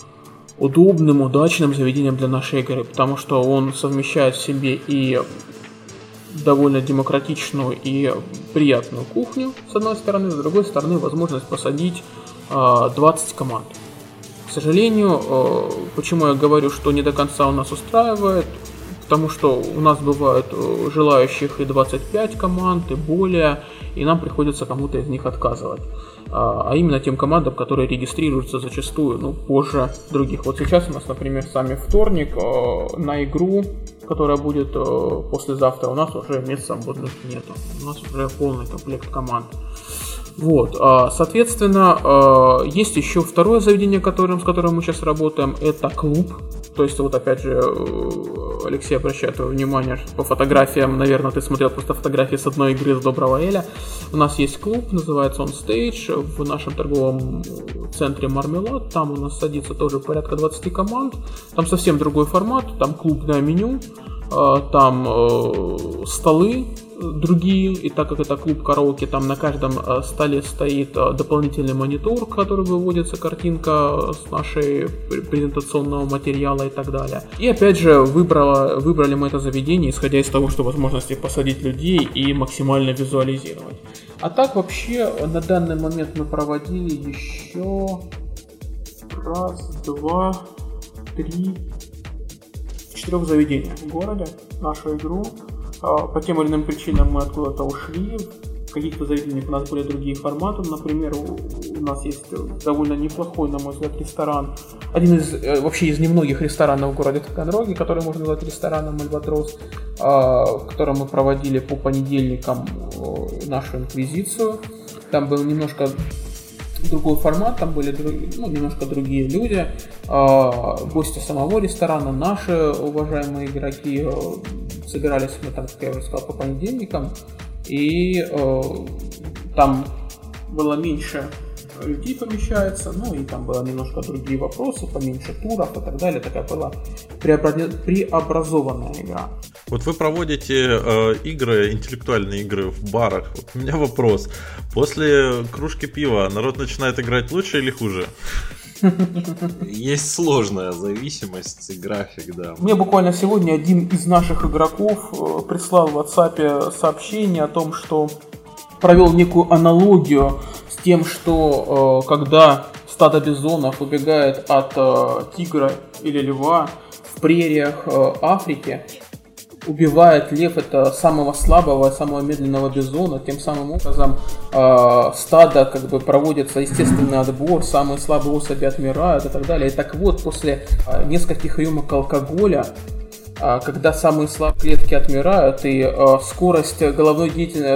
удобным, удачным заведением для нашей игры, потому что он совмещает в себе и довольно демократичную и приятную кухню, с одной стороны, с другой стороны, возможность посадить 20 команд. К сожалению, почему я говорю, что не до конца у нас устраивает, потому что у нас бывают желающих и 25 команд, и более, и нам приходится кому-то из них отказывать. А именно тем командам, которые регистрируются зачастую позже других. Вот сейчас у нас, например, сами вторник, на игру, которая будет послезавтра, у нас уже мест свободных нету. У нас уже полный комплект команд. Вот, соответственно, есть еще второе заведение, с которым мы сейчас работаем, это клуб. То есть, вот опять же, Алексей, обращаю твое внимание по фотографиям, наверное, ты смотрел просто фотографии с одной игры с Доброго Эля. У нас есть клуб, называется он Stage, в нашем торговом центре Мармелад. Там у нас садится тоже порядка 20 команд. Там совсем другой формат, там клубное меню, там столы другие, и так как это клуб караоке, там на каждом столе стоит дополнительный монитор, в который выводится картинка с нашей презентационного материала и так далее. И опять же выбрали мы это заведение, исходя из того, что возможности посадить людей и максимально визуализировать. А так вообще на данный момент мы проводили еще раз, два, три, в 4 заведениях в городе нашу игру. По тем или иным причинам мы откуда-то ушли, в каких-то заведениях у нас были другие форматы, например, у нас есть довольно неплохой, на мой взгляд, ресторан, один из немногих ресторанов в городе Таганроге, который можно назвать рестораном «Альбатрос», в котором мы проводили по понедельникам нашу инквизицию. Там был немножко другой формат, там были немножко другие люди, гости самого ресторана, наши уважаемые игроки. Собирались мы там, как я уже сказал, по понедельникам, и там было меньше людей помещается, и там было немножко другие вопросы, поменьше туров и так далее, такая была преобразованная игра. Вот вы проводите игры, интеллектуальные игры в барах. Вот у меня вопрос. После кружки пива народ начинает играть лучше или хуже? Есть сложная зависимость и график, да. Мне буквально сегодня один из наших игроков прислал в WhatsApp сообщение о том, что провел некую аналогию с тем, что когда стадо бизонов убегает от тигра или льва в прериях Африки, убивает лев это самого слабого, самого медленного бизона, тем самым образом стадо проводится естественный отбор, самые слабые особи отмирают и так далее. И так вот, после нескольких рюмок алкоголя, когда самые слабые клетки отмирают и скорость головного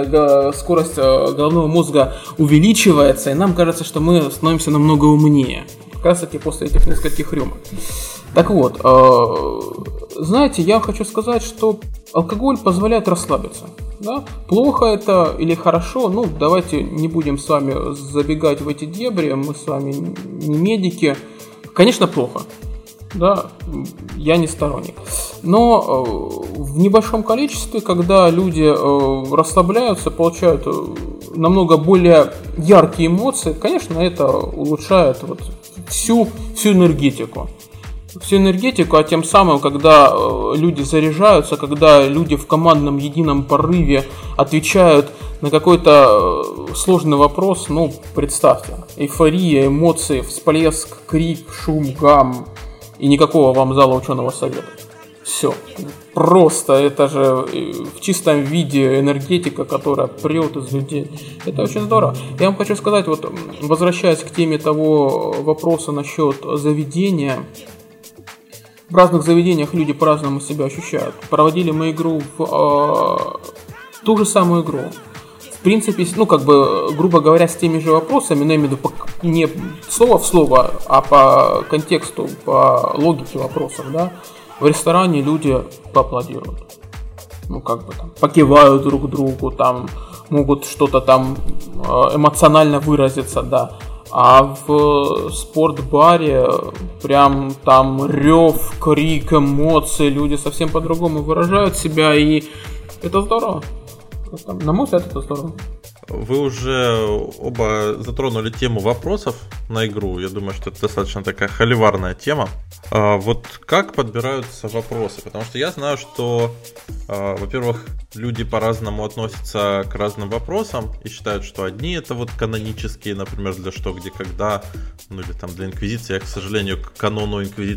мозга увеличивается, и нам кажется, что мы становимся намного умнее, как раз таки после этих нескольких рюмок. Так вот, знаете, я хочу сказать, что алкоголь позволяет расслабиться. Да? Плохо это или хорошо, давайте не будем с вами забегать в эти дебри, мы с вами не медики. Конечно, плохо, да, я не сторонник. Но в небольшом количестве, когда люди расслабляются, получают намного более яркие эмоции, конечно, это улучшает всю энергетику. А тем самым, когда люди заряжаются, когда люди в командном едином порыве отвечают на какой-то сложный вопрос, представьте, эйфория, эмоции, всплеск, крик, шум, гам и никакого вам зала ученого совета. Все. Просто это же в чистом виде энергетика, которая прет из людей. Это очень здорово. Я вам хочу сказать, вот возвращаясь к теме того вопроса насчет заведения. В разных заведениях люди по-разному себя ощущают. Проводили мы игру в ту же самую игру. В принципе, ну, как бы, грубо говоря, с теми же вопросами, но я имею в виду не слово в слово, а по контексту, по логике вопросов, да. В ресторане люди поаплодируют. Ну, как бы там, покивают друг другу, там, могут что-то там эмоционально выразиться, да. А в спортбаре прям там рев, крик, эмоции, люди совсем по-другому выражают себя, и это здорово. На мой взгляд, это здорово. Вы уже оба затронули тему вопросов на игру. Я думаю, что это достаточно такая холиварная тема. Вот как подбираются вопросы? Потому что я знаю, что, во-первых, люди по-разному относятся к разным вопросам и считают, что одни это вот канонические, например, для что, где, когда, ну или там для Инквизиции. Я, к сожалению, с каноном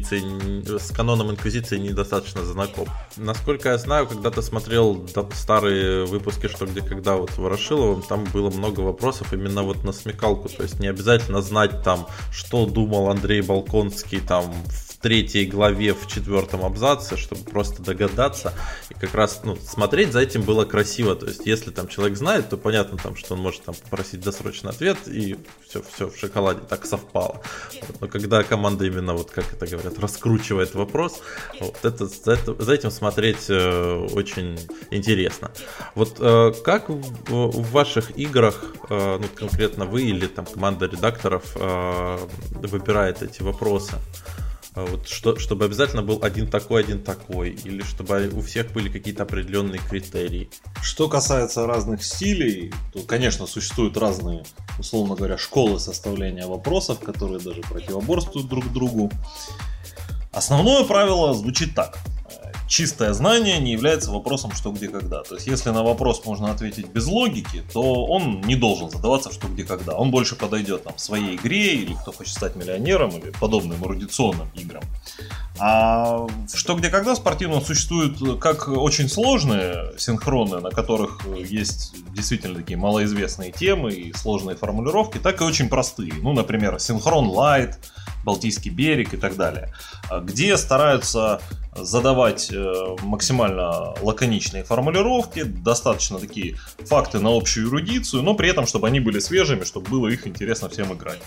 Инквизиции недостаточно знаком. Насколько я знаю, когда-то смотрел старые выпуски «Что, где, когда» вот с Ворошиловым, там было много вопросов именно вот на смекалку. То есть не обязательно знать там, что думал Андрей Болконский там в 3 главе, в 4 абзаце, чтобы просто догадаться. И как раз, ну, смотреть за этим было красиво. То есть если там человек знает, то понятно там, что он может там попросить досрочный ответ, и все в шоколаде так совпало. Но когда команда именно, вот как это говорят, раскручивает вопрос, вот это, за этим смотреть очень интересно. Вот как в ваших играх, ну, конкретно вы или там команда редакторов выбирает эти вопросы? Вот чтобы обязательно был один такой, или чтобы у всех были какие-то определенные критерии. Что касается разных стилей, то, конечно, существуют разные, условно говоря, школы составления вопросов, которые даже противоборствуют друг другу. Основное правило звучит так. Чистое знание не является вопросом «что, где, когда». То есть, если на вопрос можно ответить без логики, то он не должен задаваться «что, где, когда». Он больше подойдет там, своей игре, или кто хочет стать миллионером, или подобным эрудиционным играм. А в «что, где, когда» спортивном существуют как очень сложные синхроны, на которых есть действительно такие малоизвестные темы и сложные формулировки, так и очень простые. Ну, например, синхрон Лайт, Балтийский берег и так далее, где стараются задавать максимально лаконичные формулировки, достаточно такие факты на общую эрудицию, но при этом, чтобы они были свежими, чтобы было их интересно всем играть.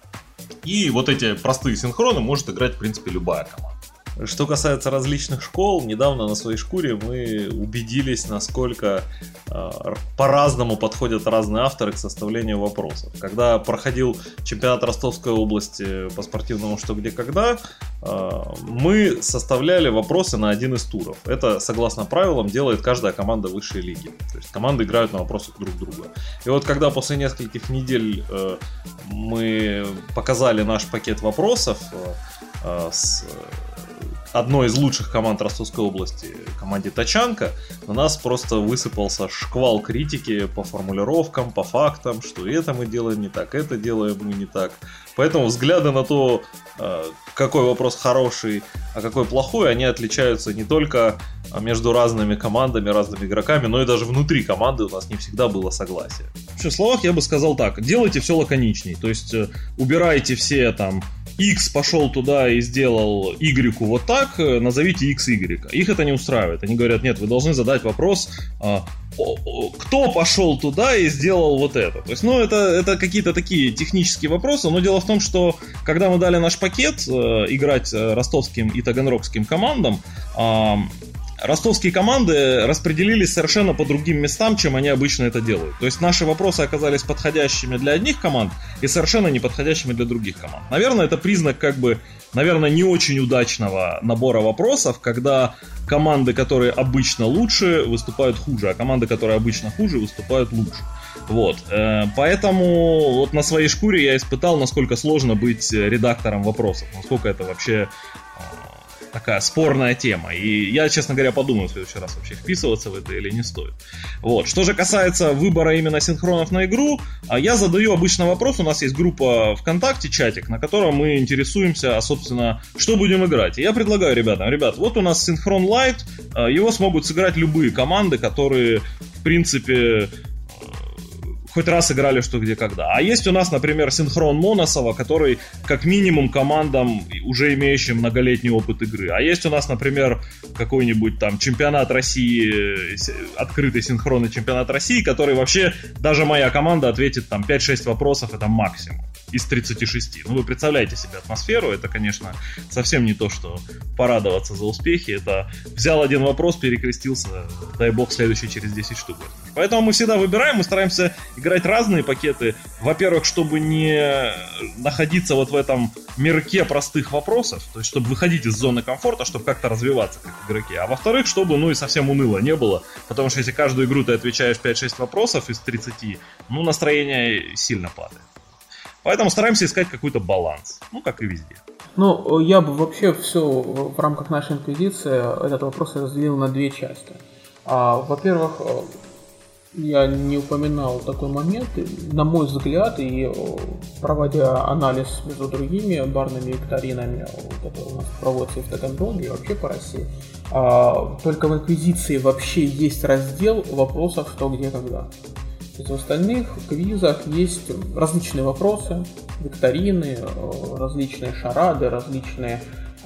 И вот эти простые синхроны может играть, в принципе, любая команда. Что касается различных школ, недавно на своей шкуре мы убедились, насколько по-разному подходят разные авторы к составлению вопросов. Когда проходил чемпионат Ростовской области по спортивному «Что, где, когда», мы составляли вопросы на один из туров. Это, согласно правилам, делает каждая команда высшей лиги. То есть команды играют на вопросах друг друга. И вот когда после нескольких недель мы показали наш пакет вопросов с одной из лучших команд Ростовской области, команде «Тачанка», на нас просто высыпался шквал критики по формулировкам, по фактам, что это мы делаем не так, это делаем мы не так. Поэтому взгляды на то, какой вопрос хороший, а какой плохой, они отличаются не только между разными командами, разными игроками, но и даже внутри команды у нас не всегда было согласие. В словах я бы сказал так: делайте все лаконичней, то есть убирайте все там X пошел туда и сделал Y вот так, назовите X Y. Их это не устраивает. Они говорят: нет, вы должны задать вопрос, кто пошел туда и сделал вот это. То есть, ну, это какие-то такие технические вопросы, но дело в том, что когда мы дали наш пакет играть ростовским и таганрогским командам, ростовские команды распределились совершенно по другим местам, чем они обычно это делают. То есть наши вопросы оказались подходящими для одних команд и совершенно неподходящими для других команд. Наверное, это признак не очень удачного набора вопросов, когда команды, которые обычно лучше, выступают хуже, а команды, которые обычно хуже, выступают лучше. Вот. Поэтому вот на своей шкуре я испытал, насколько сложно быть редактором вопросов, насколько это вообще такая спорная тема. И я, честно говоря, подумаю в следующий раз, вообще вписываться в это или не стоит. Вот. Что же касается выбора именно синхронов на игру, я задаю обычно вопрос. У нас есть группа ВКонтакте, чатик, на котором мы интересуемся, собственно, что будем играть. И я предлагаю ребятам, вот у нас синхрон Lite, его смогут сыграть любые команды, которые, в принципе, хоть раз играли что где когда. А есть у нас, например, синхрон Моносова, который как минимум командам, уже имеющим многолетний опыт игры. А есть у нас, например, какой-нибудь там чемпионат России, открытый синхронный чемпионат России, который вообще, даже моя команда ответит там 5-6 вопросов, это максимум из 36. Ну, вы представляете себе атмосферу, это, конечно, совсем не то, что порадоваться за успехи, это взял один вопрос, перекрестился, дай бог, следующий через 10 штук. Поэтому мы всегда выбираем, мы стараемся играть разные пакеты, во-первых, чтобы не находиться вот в этом мирке простых вопросов, то есть, чтобы выходить из зоны комфорта, чтобы как-то развиваться как игроки, а во-вторых, чтобы, ну, и совсем уныло не было, потому что если каждую игру ты отвечаешь 5-6 вопросов из 30, ну, настроение сильно падает. Поэтому стараемся искать какой-то баланс, ну, как и везде. Ну, я бы вообще все в рамках нашей инквизиции этот вопрос разделил на две части. Во-первых, я не упоминал такой момент, на мой взгляд, и проводя анализ между другими барными викторинами, которые у нас проводятся и в Таганроге, и вообще по России, только в инквизиции вообще есть раздел вопросов «что, где, когда». В остальных квизах есть различные вопросы, викторины, различные шарады, различные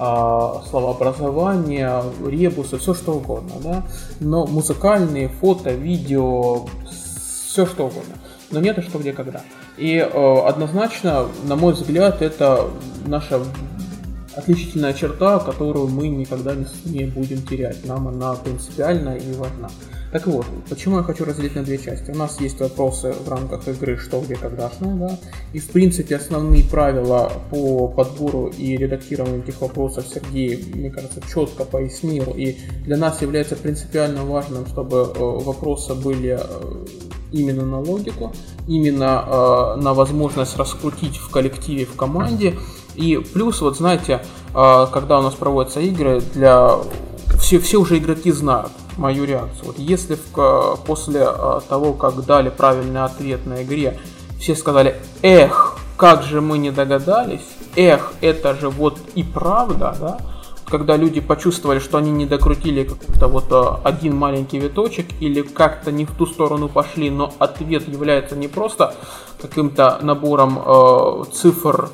словообразования, ребусы, все что угодно, да? Но музыкальные, фото, видео, все что угодно. Но нет и что, где, когда. И однозначно, на мой взгляд, это наша отличительная черта, которую мы никогда не будем терять. Нам она принципиальна и важна. Так вот, почему я хочу разделить на две части? У нас есть вопросы в рамках игры «что, где, когда-шно», да? И, в принципе, основные правила по подбору и редактированию этих вопросов Сергей, мне кажется, четко пояснил. И для нас является принципиально важным, чтобы вопросы были именно на логику, именно на возможность раскрутить в коллективе, в команде. И плюс, вот знаете, когда у нас проводятся игры, все уже игроки знают мою реакцию. Вот если после того, как дали правильный ответ на игре, все сказали: эх, как же мы не догадались, эх, это же вот и правда, да? Когда люди почувствовали, что они не докрутили какой-то вот один маленький виточек или как-то не в ту сторону пошли, но ответ является не просто каким-то набором цифр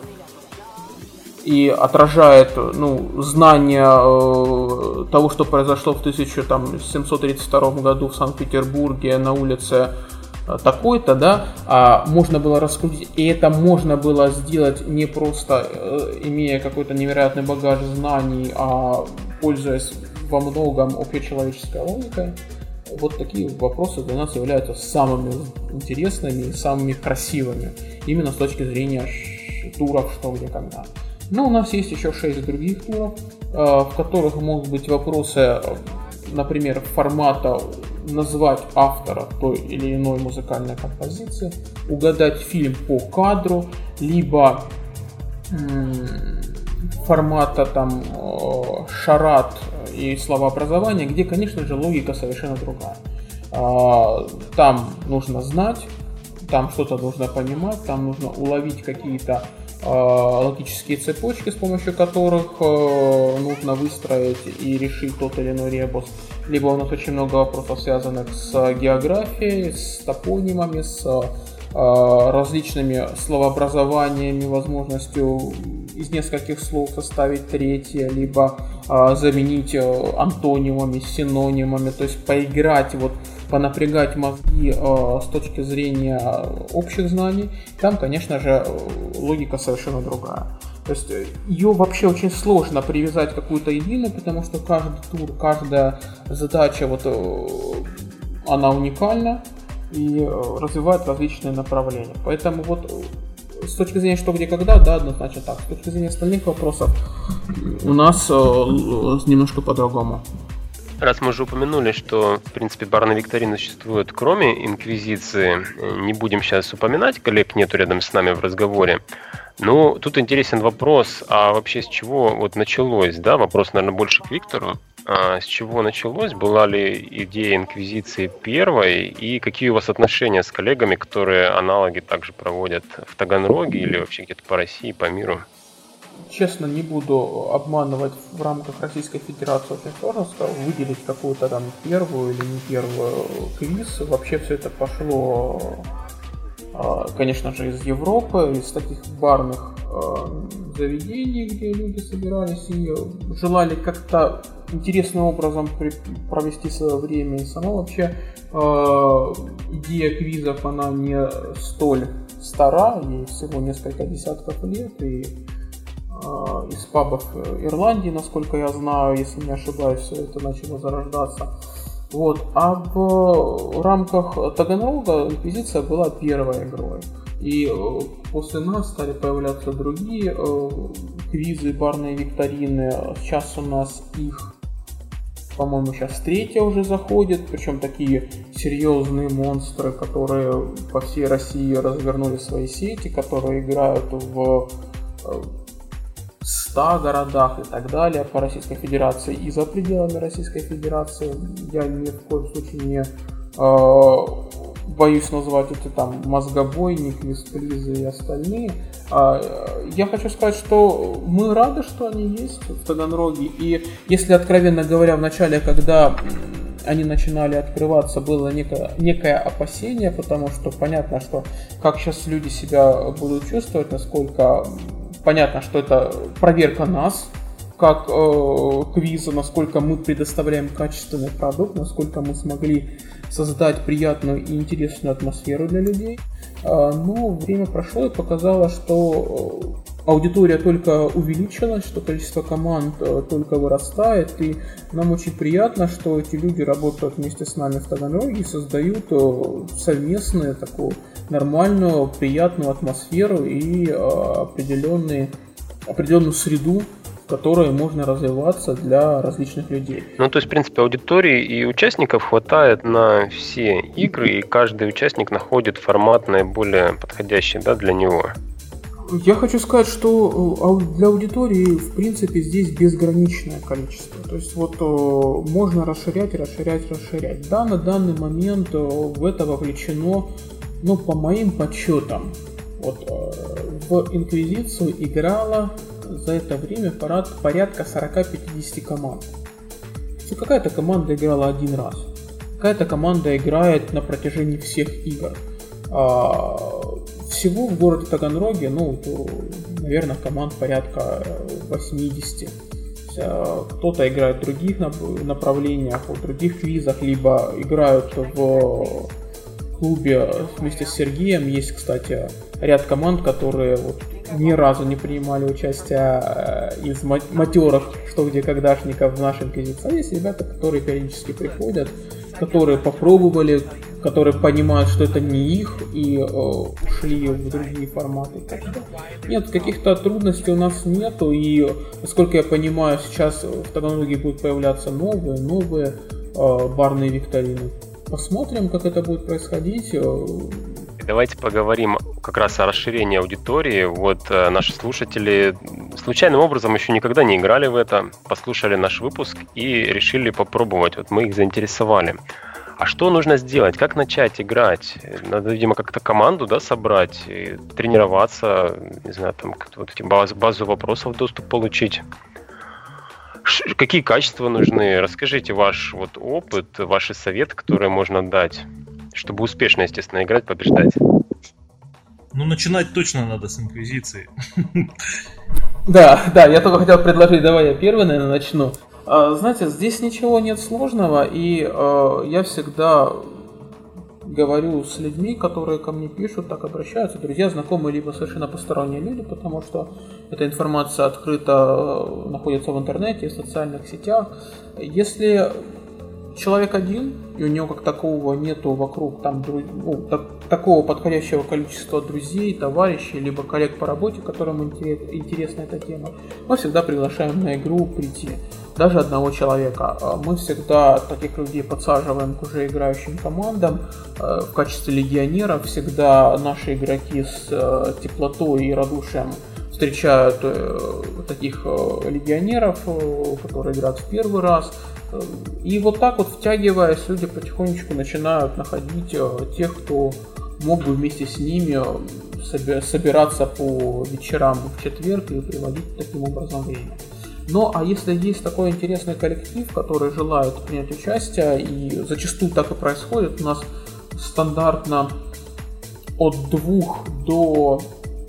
и отражает, ну, знание того, что произошло в 1732 году в Санкт-Петербурге на улице такой-то, да, можно было раскрутить, и это можно было сделать не просто имея какой-то невероятный багаж знаний, а пользуясь во многом общечеловеческой логикой. Вот такие вопросы для нас являются самыми интересными и самыми красивыми, именно с точки зрения туров «что, где, когда». Но у нас есть еще 6 других туров, в которых могут быть вопросы, например, формата назвать автора той или иной музыкальной композиции, угадать фильм по кадру, либо формата там шарад и словообразования, где, конечно же, логика совершенно другая. Там нужно знать, там что-то нужно понимать, там нужно уловить какие-то логические цепочки, с помощью которых нужно выстроить и решить тот или иной ребус. Либо у нас очень много вопросов, связанных с географией, с топонимами, с различными словообразованиями, возможностью из нескольких слов составить третье, либо заменить антонимами, синонимами, то есть поиграть, вот, понапрягать мозги с точки зрения общих знаний. Там, конечно же, логика совершенно другая. То есть ее вообще очень сложно привязать к какую-то единую, потому что каждый тур, каждая задача, вот, она уникальна и развивает различные направления. Поэтому вот с точки зрения «что, где, когда», да, однозначно так. С точки зрения остальных вопросов у нас немножко по-другому. Раз мы уже упомянули, что, в принципе, барные викторины существуют кроме Инквизиции, не будем сейчас упоминать, коллег нету рядом с нами в разговоре. Но тут интересен вопрос, а вообще с чего вот началось, да, вопрос, наверное, больше к Виктору. С чего началось, была ли идея Инквизиции первой, и какие у вас отношения с коллегами, которые аналоги также проводят в Таганроге или вообще где-то по России, по миру? Честно, не буду обманывать, в рамках Российской Федерации очень сложно выделить какую-то там первую или не первую квиз. Вообще все это пошло, конечно же, из Европы, из таких барных заведений, где люди собирались и желали как-то интересным образом провести свое время. И сама вообще идея квизов, она не столь стара, ей всего несколько десятков лет, и из пабов Ирландии, насколько я знаю, если не ошибаюсь, все это начало зарождаться. Вот. А в рамках Таганрога Инквизиция была первой игрой. И после нас стали появляться другие квизы, барные викторины. Сейчас у нас их, по-моему, сейчас третья уже заходит. Причем такие серьезные монстры, которые по всей России развернули свои сети, которые играют в 100 городах и так далее по Российской Федерации и за пределами Российской Федерации. Я ни в коем случае не боюсь назвать эти там мозгобойни, квиз-призы и остальные. Я хочу сказать, что мы рады, что они есть в Таганроге. И если, откровенно говоря, в начале, когда они начинали открываться, было некое опасение, потому что понятно, что как сейчас люди себя будут чувствовать, насколько понятно, что это проверка нас, как квиза, насколько мы предоставляем качественный продукт, насколько мы смогли создать приятную и интересную атмосферу для людей. Но время прошло и показало, что аудитория только увеличилась, что количество команд только вырастает, и нам очень приятно, что эти люди работают вместе с нами в Таганроге и создают совместную такую нормальную, приятную атмосферу и определенную среду, в которой можно развиваться для различных людей. Ну, то есть, в принципе, аудитории и участников хватает на все игры, и каждый участник находит формат наиболее подходящий, да, для него. Я хочу сказать, что для аудитории, в принципе, здесь безграничное количество. То есть вот можно расширять. Да, на данный момент в это вовлечено, по моим подсчетам, в Инквизицию играло за это время порядка 40-50 команд. Если какая-то команда играла один раз, какая-то команда играет на протяжении всех игр. Всего в городе Таганроге, наверное, команд порядка 80. Кто-то играет в других направлениях, в других квизах, либо играют в клубе вместе с Сергеем. Есть, кстати, ряд команд, которые ни разу не принимали участие из матерых, что где когдашников в нашей инквизиции. А есть ребята, которые периодически приходят, которые попробовали, которые понимают, что это не их, и ушли в другие форматы. Нет, каких-то трудностей у нас нету, и, насколько я понимаю, сейчас в Таганроге будут появляться новые барные викторины. Посмотрим, как это будет происходить. Давайте поговорим как раз о расширении аудитории. Наши слушатели случайным образом еще никогда не играли в это, послушали наш выпуск и решили попробовать. Мы их заинтересовали. А что нужно сделать? Как начать играть? Надо, видимо, как-то команду, собрать, тренироваться, не знаю, там эти базу вопросов доступ получить. Какие качества нужны? Расскажите ваш опыт, ваши советы, которые можно дать, чтобы успешно, естественно, играть, побеждать. Начинать точно надо с Инквизиции. Да, я только хотел предложить, давай я первый, наверное, начну. Знаете, здесь ничего нет сложного, и я всегда говорю с людьми, которые ко мне пишут, так обращаются, друзья, знакомые, либо совершенно посторонние люди, потому что эта информация открыто находится в интернете, в социальных сетях. Если человек один, и у него как такового нету вокруг там такого подходящего количества друзей, товарищей, либо коллег по работе, которым интересна эта тема, мы всегда приглашаем на игру прийти. Даже одного человека. Мы всегда таких людей подсаживаем к уже играющим командам в качестве легионеров. Всегда наши игроки с теплотой и радушием встречают таких легионеров, которые играют в первый раз. И вот так вот, втягиваясь, люди потихонечку начинают находить тех, кто мог бы вместе с ними собираться по вечерам в четверг и приводить таким образом время. Ну, а если есть такой интересный коллектив, который желает принять участие, и зачастую так и происходит, у нас стандартно от 2 до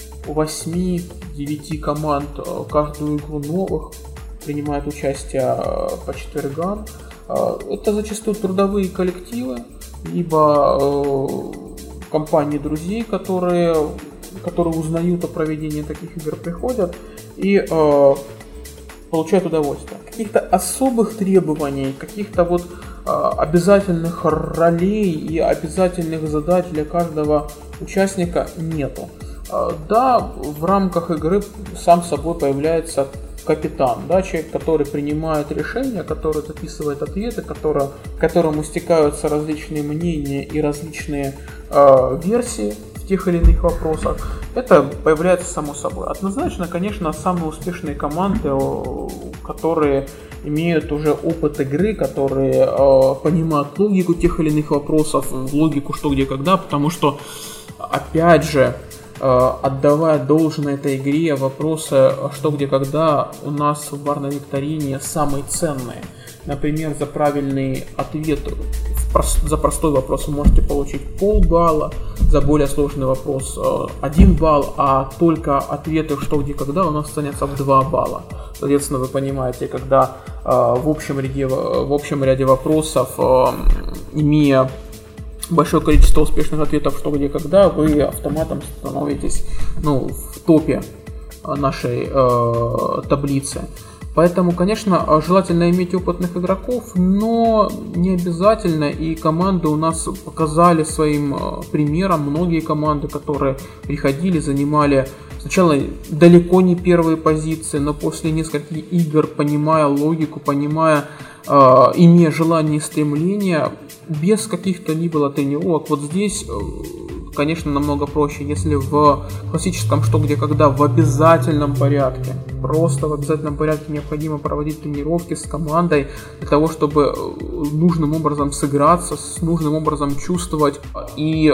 8-9 команд каждую игру новых принимает участие по четвергам. Это зачастую трудовые коллективы, либо компании друзей, которые узнают о проведении таких игр, приходят и получают удовольствие. Каких-то особых требований, каких-то вот обязательных ролей и обязательных задач для каждого участника нету. Да, в рамках игры сам собой появляется капитан, да, человек, который принимает решения, который записывает ответы, которому стекаются различные мнения и различные версии в тех или иных вопросах. Это появляется само собой. Однозначно, конечно, самые успешные команды, которые имеют уже опыт игры, которые понимают логику тех или иных вопросов, логику что, где, когда, потому что, опять же, отдавая должное этой игре, вопросы что, где, когда у нас в барной викторине самые ценные. Например, за правильный ответ за простой вопрос вы можете получить полбалла, за более сложный вопрос 1 балл, а только ответы что, где, когда у нас ценятся в 2 балла. Соответственно, вы понимаете, когда в общем ряде вопросов, имея большое количество успешных ответов что, где, когда, вы автоматом становитесь в топе нашей таблицы. Поэтому, конечно, желательно иметь опытных игроков, но не обязательно, и команды у нас показали своим примером, многие команды, которые приходили, занимали сначала далеко не первые позиции, но после нескольких игр, понимая логику, имея желание и стремление, без каких-то ни было тренировок. Вот здесь, конечно, намного проще, если в классическом что, где, когда в обязательном порядке, просто в обязательном порядке необходимо проводить тренировки с командой для того, чтобы нужным образом сыграться, нужным образом чувствовать и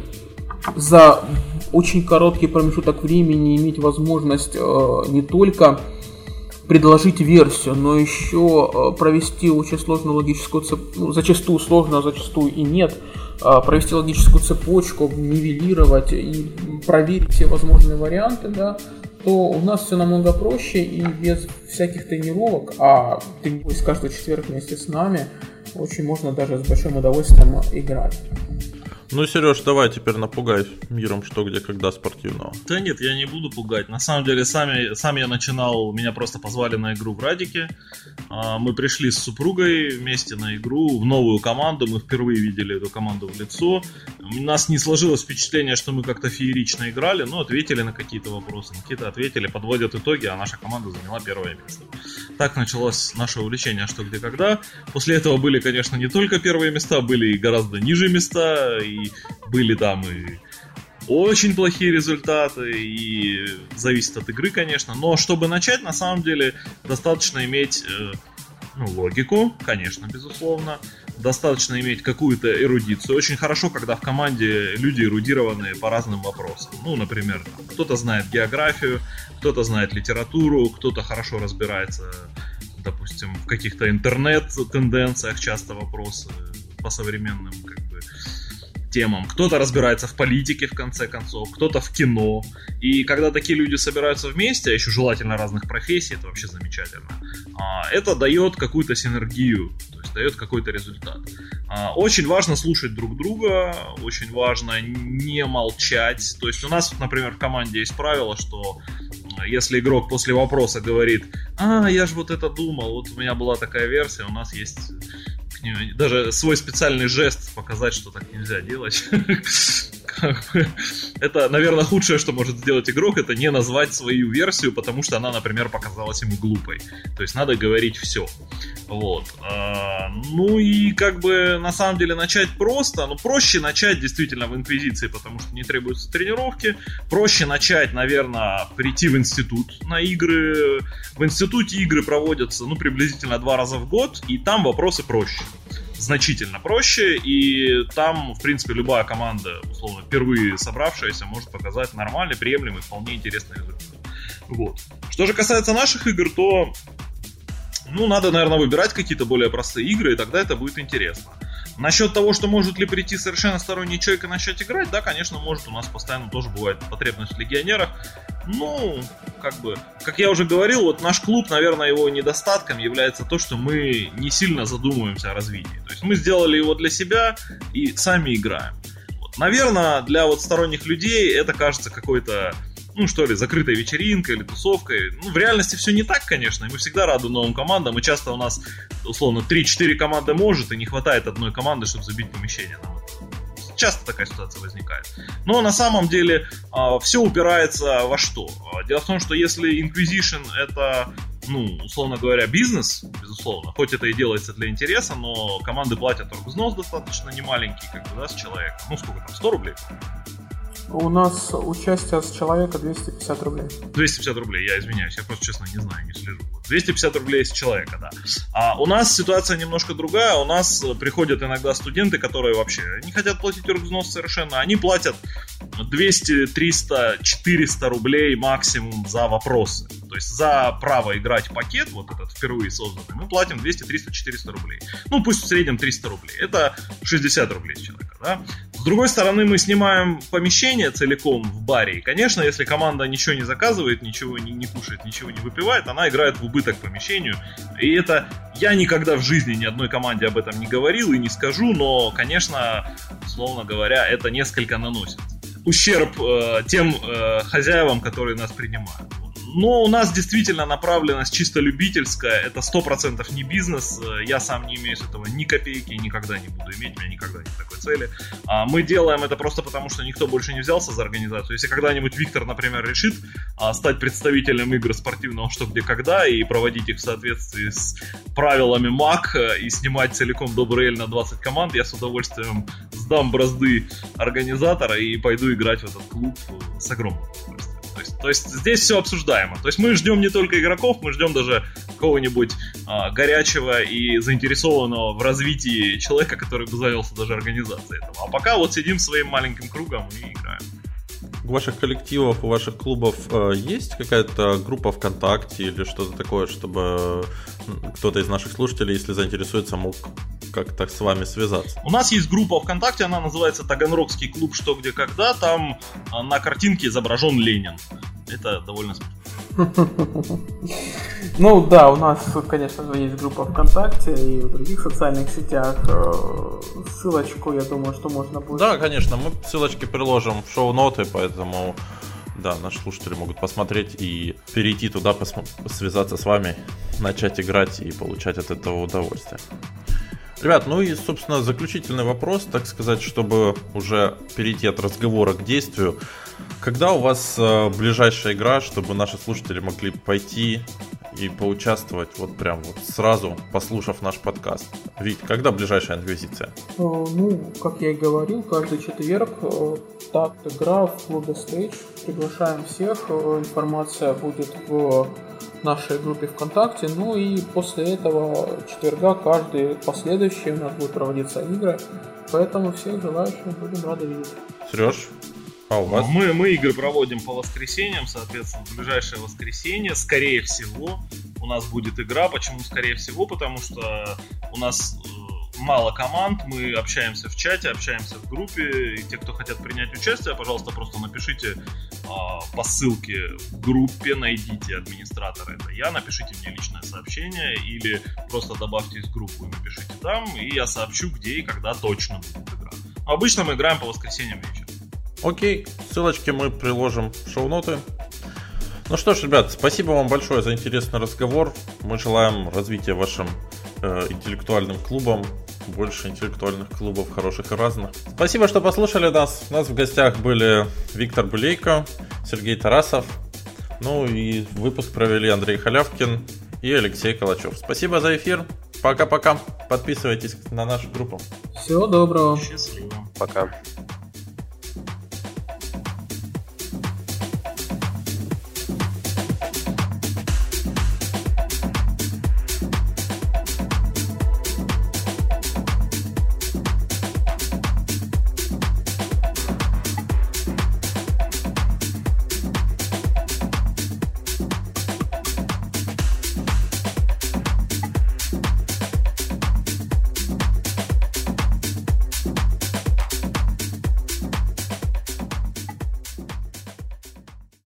за очень короткий промежуток времени иметь возможность не только предложить версию, но еще провести очень сложную логическую цепочку, зачастую сложную, а зачастую и нет, провести логическую цепочку, нивелировать и проверить все возможные варианты, да, то у нас все намного проще и без всяких тренировок, а тренируясь каждый четверг вместе с нами, очень можно даже с большим удовольствием играть. Ну, Сереж, давай теперь напугай миром что, где, когда спортивного. Да нет, я не буду пугать. На самом деле, сам я начинал, меня просто позвали на игру в Радике. Мы пришли с супругой вместе на игру в новую команду. Мы впервые видели эту команду в лицо. У нас не сложилось впечатление, что мы как-то феерично играли, но ответили на какие-то вопросы. На какие-то ответили, подводят итоги, а наша команда заняла первое место. Так началось наше увлечение что, где, когда. После этого были, конечно, не только первые места, были и гораздо ниже места, и были там и очень плохие результаты, и зависит от игры, конечно. Но чтобы начать, на самом деле, достаточно иметь логику, конечно, безусловно. Достаточно иметь какую-то эрудицию. Очень хорошо, когда в команде люди эрудированные по разным вопросам. Например, кто-то знает географию, кто-то знает литературу, кто-то хорошо разбирается, допустим, в каких-то интернет-тенденциях, часто вопросы по современным темам. Кто-то разбирается в политике, в конце концов, кто-то в кино. И когда такие люди собираются вместе, а еще желательно разных профессий, это вообще замечательно, это дает какую-то синергию, то есть дает какой-то результат. Очень важно слушать друг друга, очень важно не молчать. То есть у нас, например, в команде есть правило, что если игрок после вопроса говорит: я же вот это думал, вот у меня была такая версия, у нас есть к даже свой специальный жест показать, что так нельзя делать. Это, наверное, худшее, что может сделать игрок, это не назвать свою версию, потому что она, например, показалась ему глупой. То есть надо говорить все. Вот. Ну и как бы на самом деле начать просто. Ну, проще начать действительно в Инквизиции, потому что не требуются тренировки. Проще начать, наверное, прийти в институт на игры. В институте игры проводятся, ну, приблизительно 2 раза в год, и там вопросы проще. Значительно проще, и там, в принципе, любая команда, условно, впервые собравшаяся, может показать нормальный, приемлемый, вполне интересный результат. Вот. Что же касается наших игр, то, ну, надо, наверное, выбирать какие-то более простые игры, и тогда это будет интересно. Насчет того, что может ли прийти совершенно сторонний человек и начать играть, да, конечно, может. У нас постоянно тоже бывает потребность в легионерах. Ну, как бы, как я уже говорил, вот наш клуб, наверное, его недостатком является то, что мы не сильно задумываемся о развитии. То есть мы сделали его для себя и сами играем. Вот. Наверное, для вот сторонних людей это кажется какой-то, ну что ли, закрытой вечеринкой или тусовкой. Ну, в реальности все не так, конечно, и мы всегда рады новым командам, и часто у нас, условно, 3-4 команды может, и не хватает одной команды, чтобы забить помещение. Часто такая ситуация возникает. Но на самом деле все упирается во что? Дело в том, что если Inquisition это, ну, условно говоря, бизнес, безусловно, хоть это и делается для интереса, но команды платят взнос достаточно немаленький, как бы, да, с человека. Ну, сколько там, 100 рублей? У нас участие с человека 250 рублей. 250 рублей, я извиняюсь, я просто, честно, не знаю, не слежу. 250 рублей с человека, да. А у нас ситуация немножко другая. У нас приходят иногда студенты, которые вообще не хотят платить оргвзнос совершенно. Они платят 200, 300, 400 рублей максимум за вопросы. То есть за право играть пакет, вот этот впервые созданный, мы платим 200, 300, 400 рублей. Ну, пусть в среднем 300 рублей. Это 60 рублей с человека, да. С другой стороны, мы снимаем помещение целиком в баре. И, конечно, если команда ничего не заказывает, ничего не кушает, ничего не выпивает, она играет в убыток помещению. И это я никогда в жизни ни одной команде об этом не говорил и не скажу, но, конечно, условно говоря, это несколько наносит ущерб тем хозяевам, которые нас принимают. Но у нас действительно направленность чисто любительская, это 100% не бизнес, я сам не имею с этого ни копейки, никогда не буду иметь, у меня никогда нет такой цели. Мы делаем это просто потому, что никто больше не взялся за организацию. Если когда-нибудь Виктор, например, решит стать представителем игр спортивного «Что, где, когда» и проводить их в соответствии с правилами МАК и снимать целиком Добрый Эль на 20 команд, я с удовольствием сдам бразды организатора и пойду играть в этот клуб с огромным удовольствием. То есть здесь все обсуждаемо. То есть мы ждем не только игроков, мы ждем даже какого-нибудь горячего и заинтересованного в развитии человека, который бы занялся даже организацией этого. А пока вот сидим своим маленьким кругом и играем. У ваших коллективов, у ваших клубов есть какая-то группа ВКонтакте или что-то такое, чтобы кто-то из наших слушателей, если заинтересуется, мог как-то с вами связаться? У нас есть группа ВКонтакте, она называется «Таганрогский клуб «Что, где, когда». Там на картинке изображен Ленин. Это довольно смешно. Ну да, у нас, конечно же, есть группа ВКонтакте и в других социальных сетях. Ссылочку, я думаю, что можно будет... Да, конечно, мы ссылочки приложим в шоу-ноты, поэтому да, наши слушатели могут посмотреть и перейти туда, связаться с вами, начать играть и получать от этого удовольствие. Ребят, ну и, собственно, заключительный вопрос, так сказать, чтобы уже перейти от разговора к действию. Когда у вас ближайшая игра, чтобы наши слушатели могли пойти и поучаствовать вот прям вот сразу, послушав наш подкаст? Вить, когда ближайшая инквизиция? Ну, как я и говорил, каждый четверг игра в клубе Stage. Приглашаем всех, информация будет в нашей группе ВКонтакте. Ну и после этого четверга каждый последующий у нас будет проводиться игры. Поэтому всех желающих будем рады видеть. Сереж, а у вас? Мы игры проводим по воскресеньям, соответственно, в ближайшее воскресенье, скорее всего, у нас будет игра. Почему скорее всего? Потому что у нас мало команд, мы общаемся в чате, общаемся в группе, и те, кто хотят принять участие, пожалуйста, просто напишите по ссылке в группе, найдите администратора, это я, напишите мне личное сообщение или просто добавьтесь в группу и напишите там, и я сообщу, где и когда точно будет игра. Но обычно мы играем по воскресеньям вечером. Окей, ссылочки мы приложим в шоу-ноты. Ну что ж, ребят, спасибо вам большое за интересный разговор. Мы желаем развития вашим интеллектуальным клубам. больше интеллектуальных клубов, хороших и разных. Спасибо, что послушали нас. У нас в гостях были Виктор Булейко, Сергей Тарасов. Ну и выпуск провели Андрей Халявкин и Алексей Калачев. Спасибо за эфир. Пока-пока. Подписывайтесь на нашу группу. Всего доброго. Счастливо. Пока.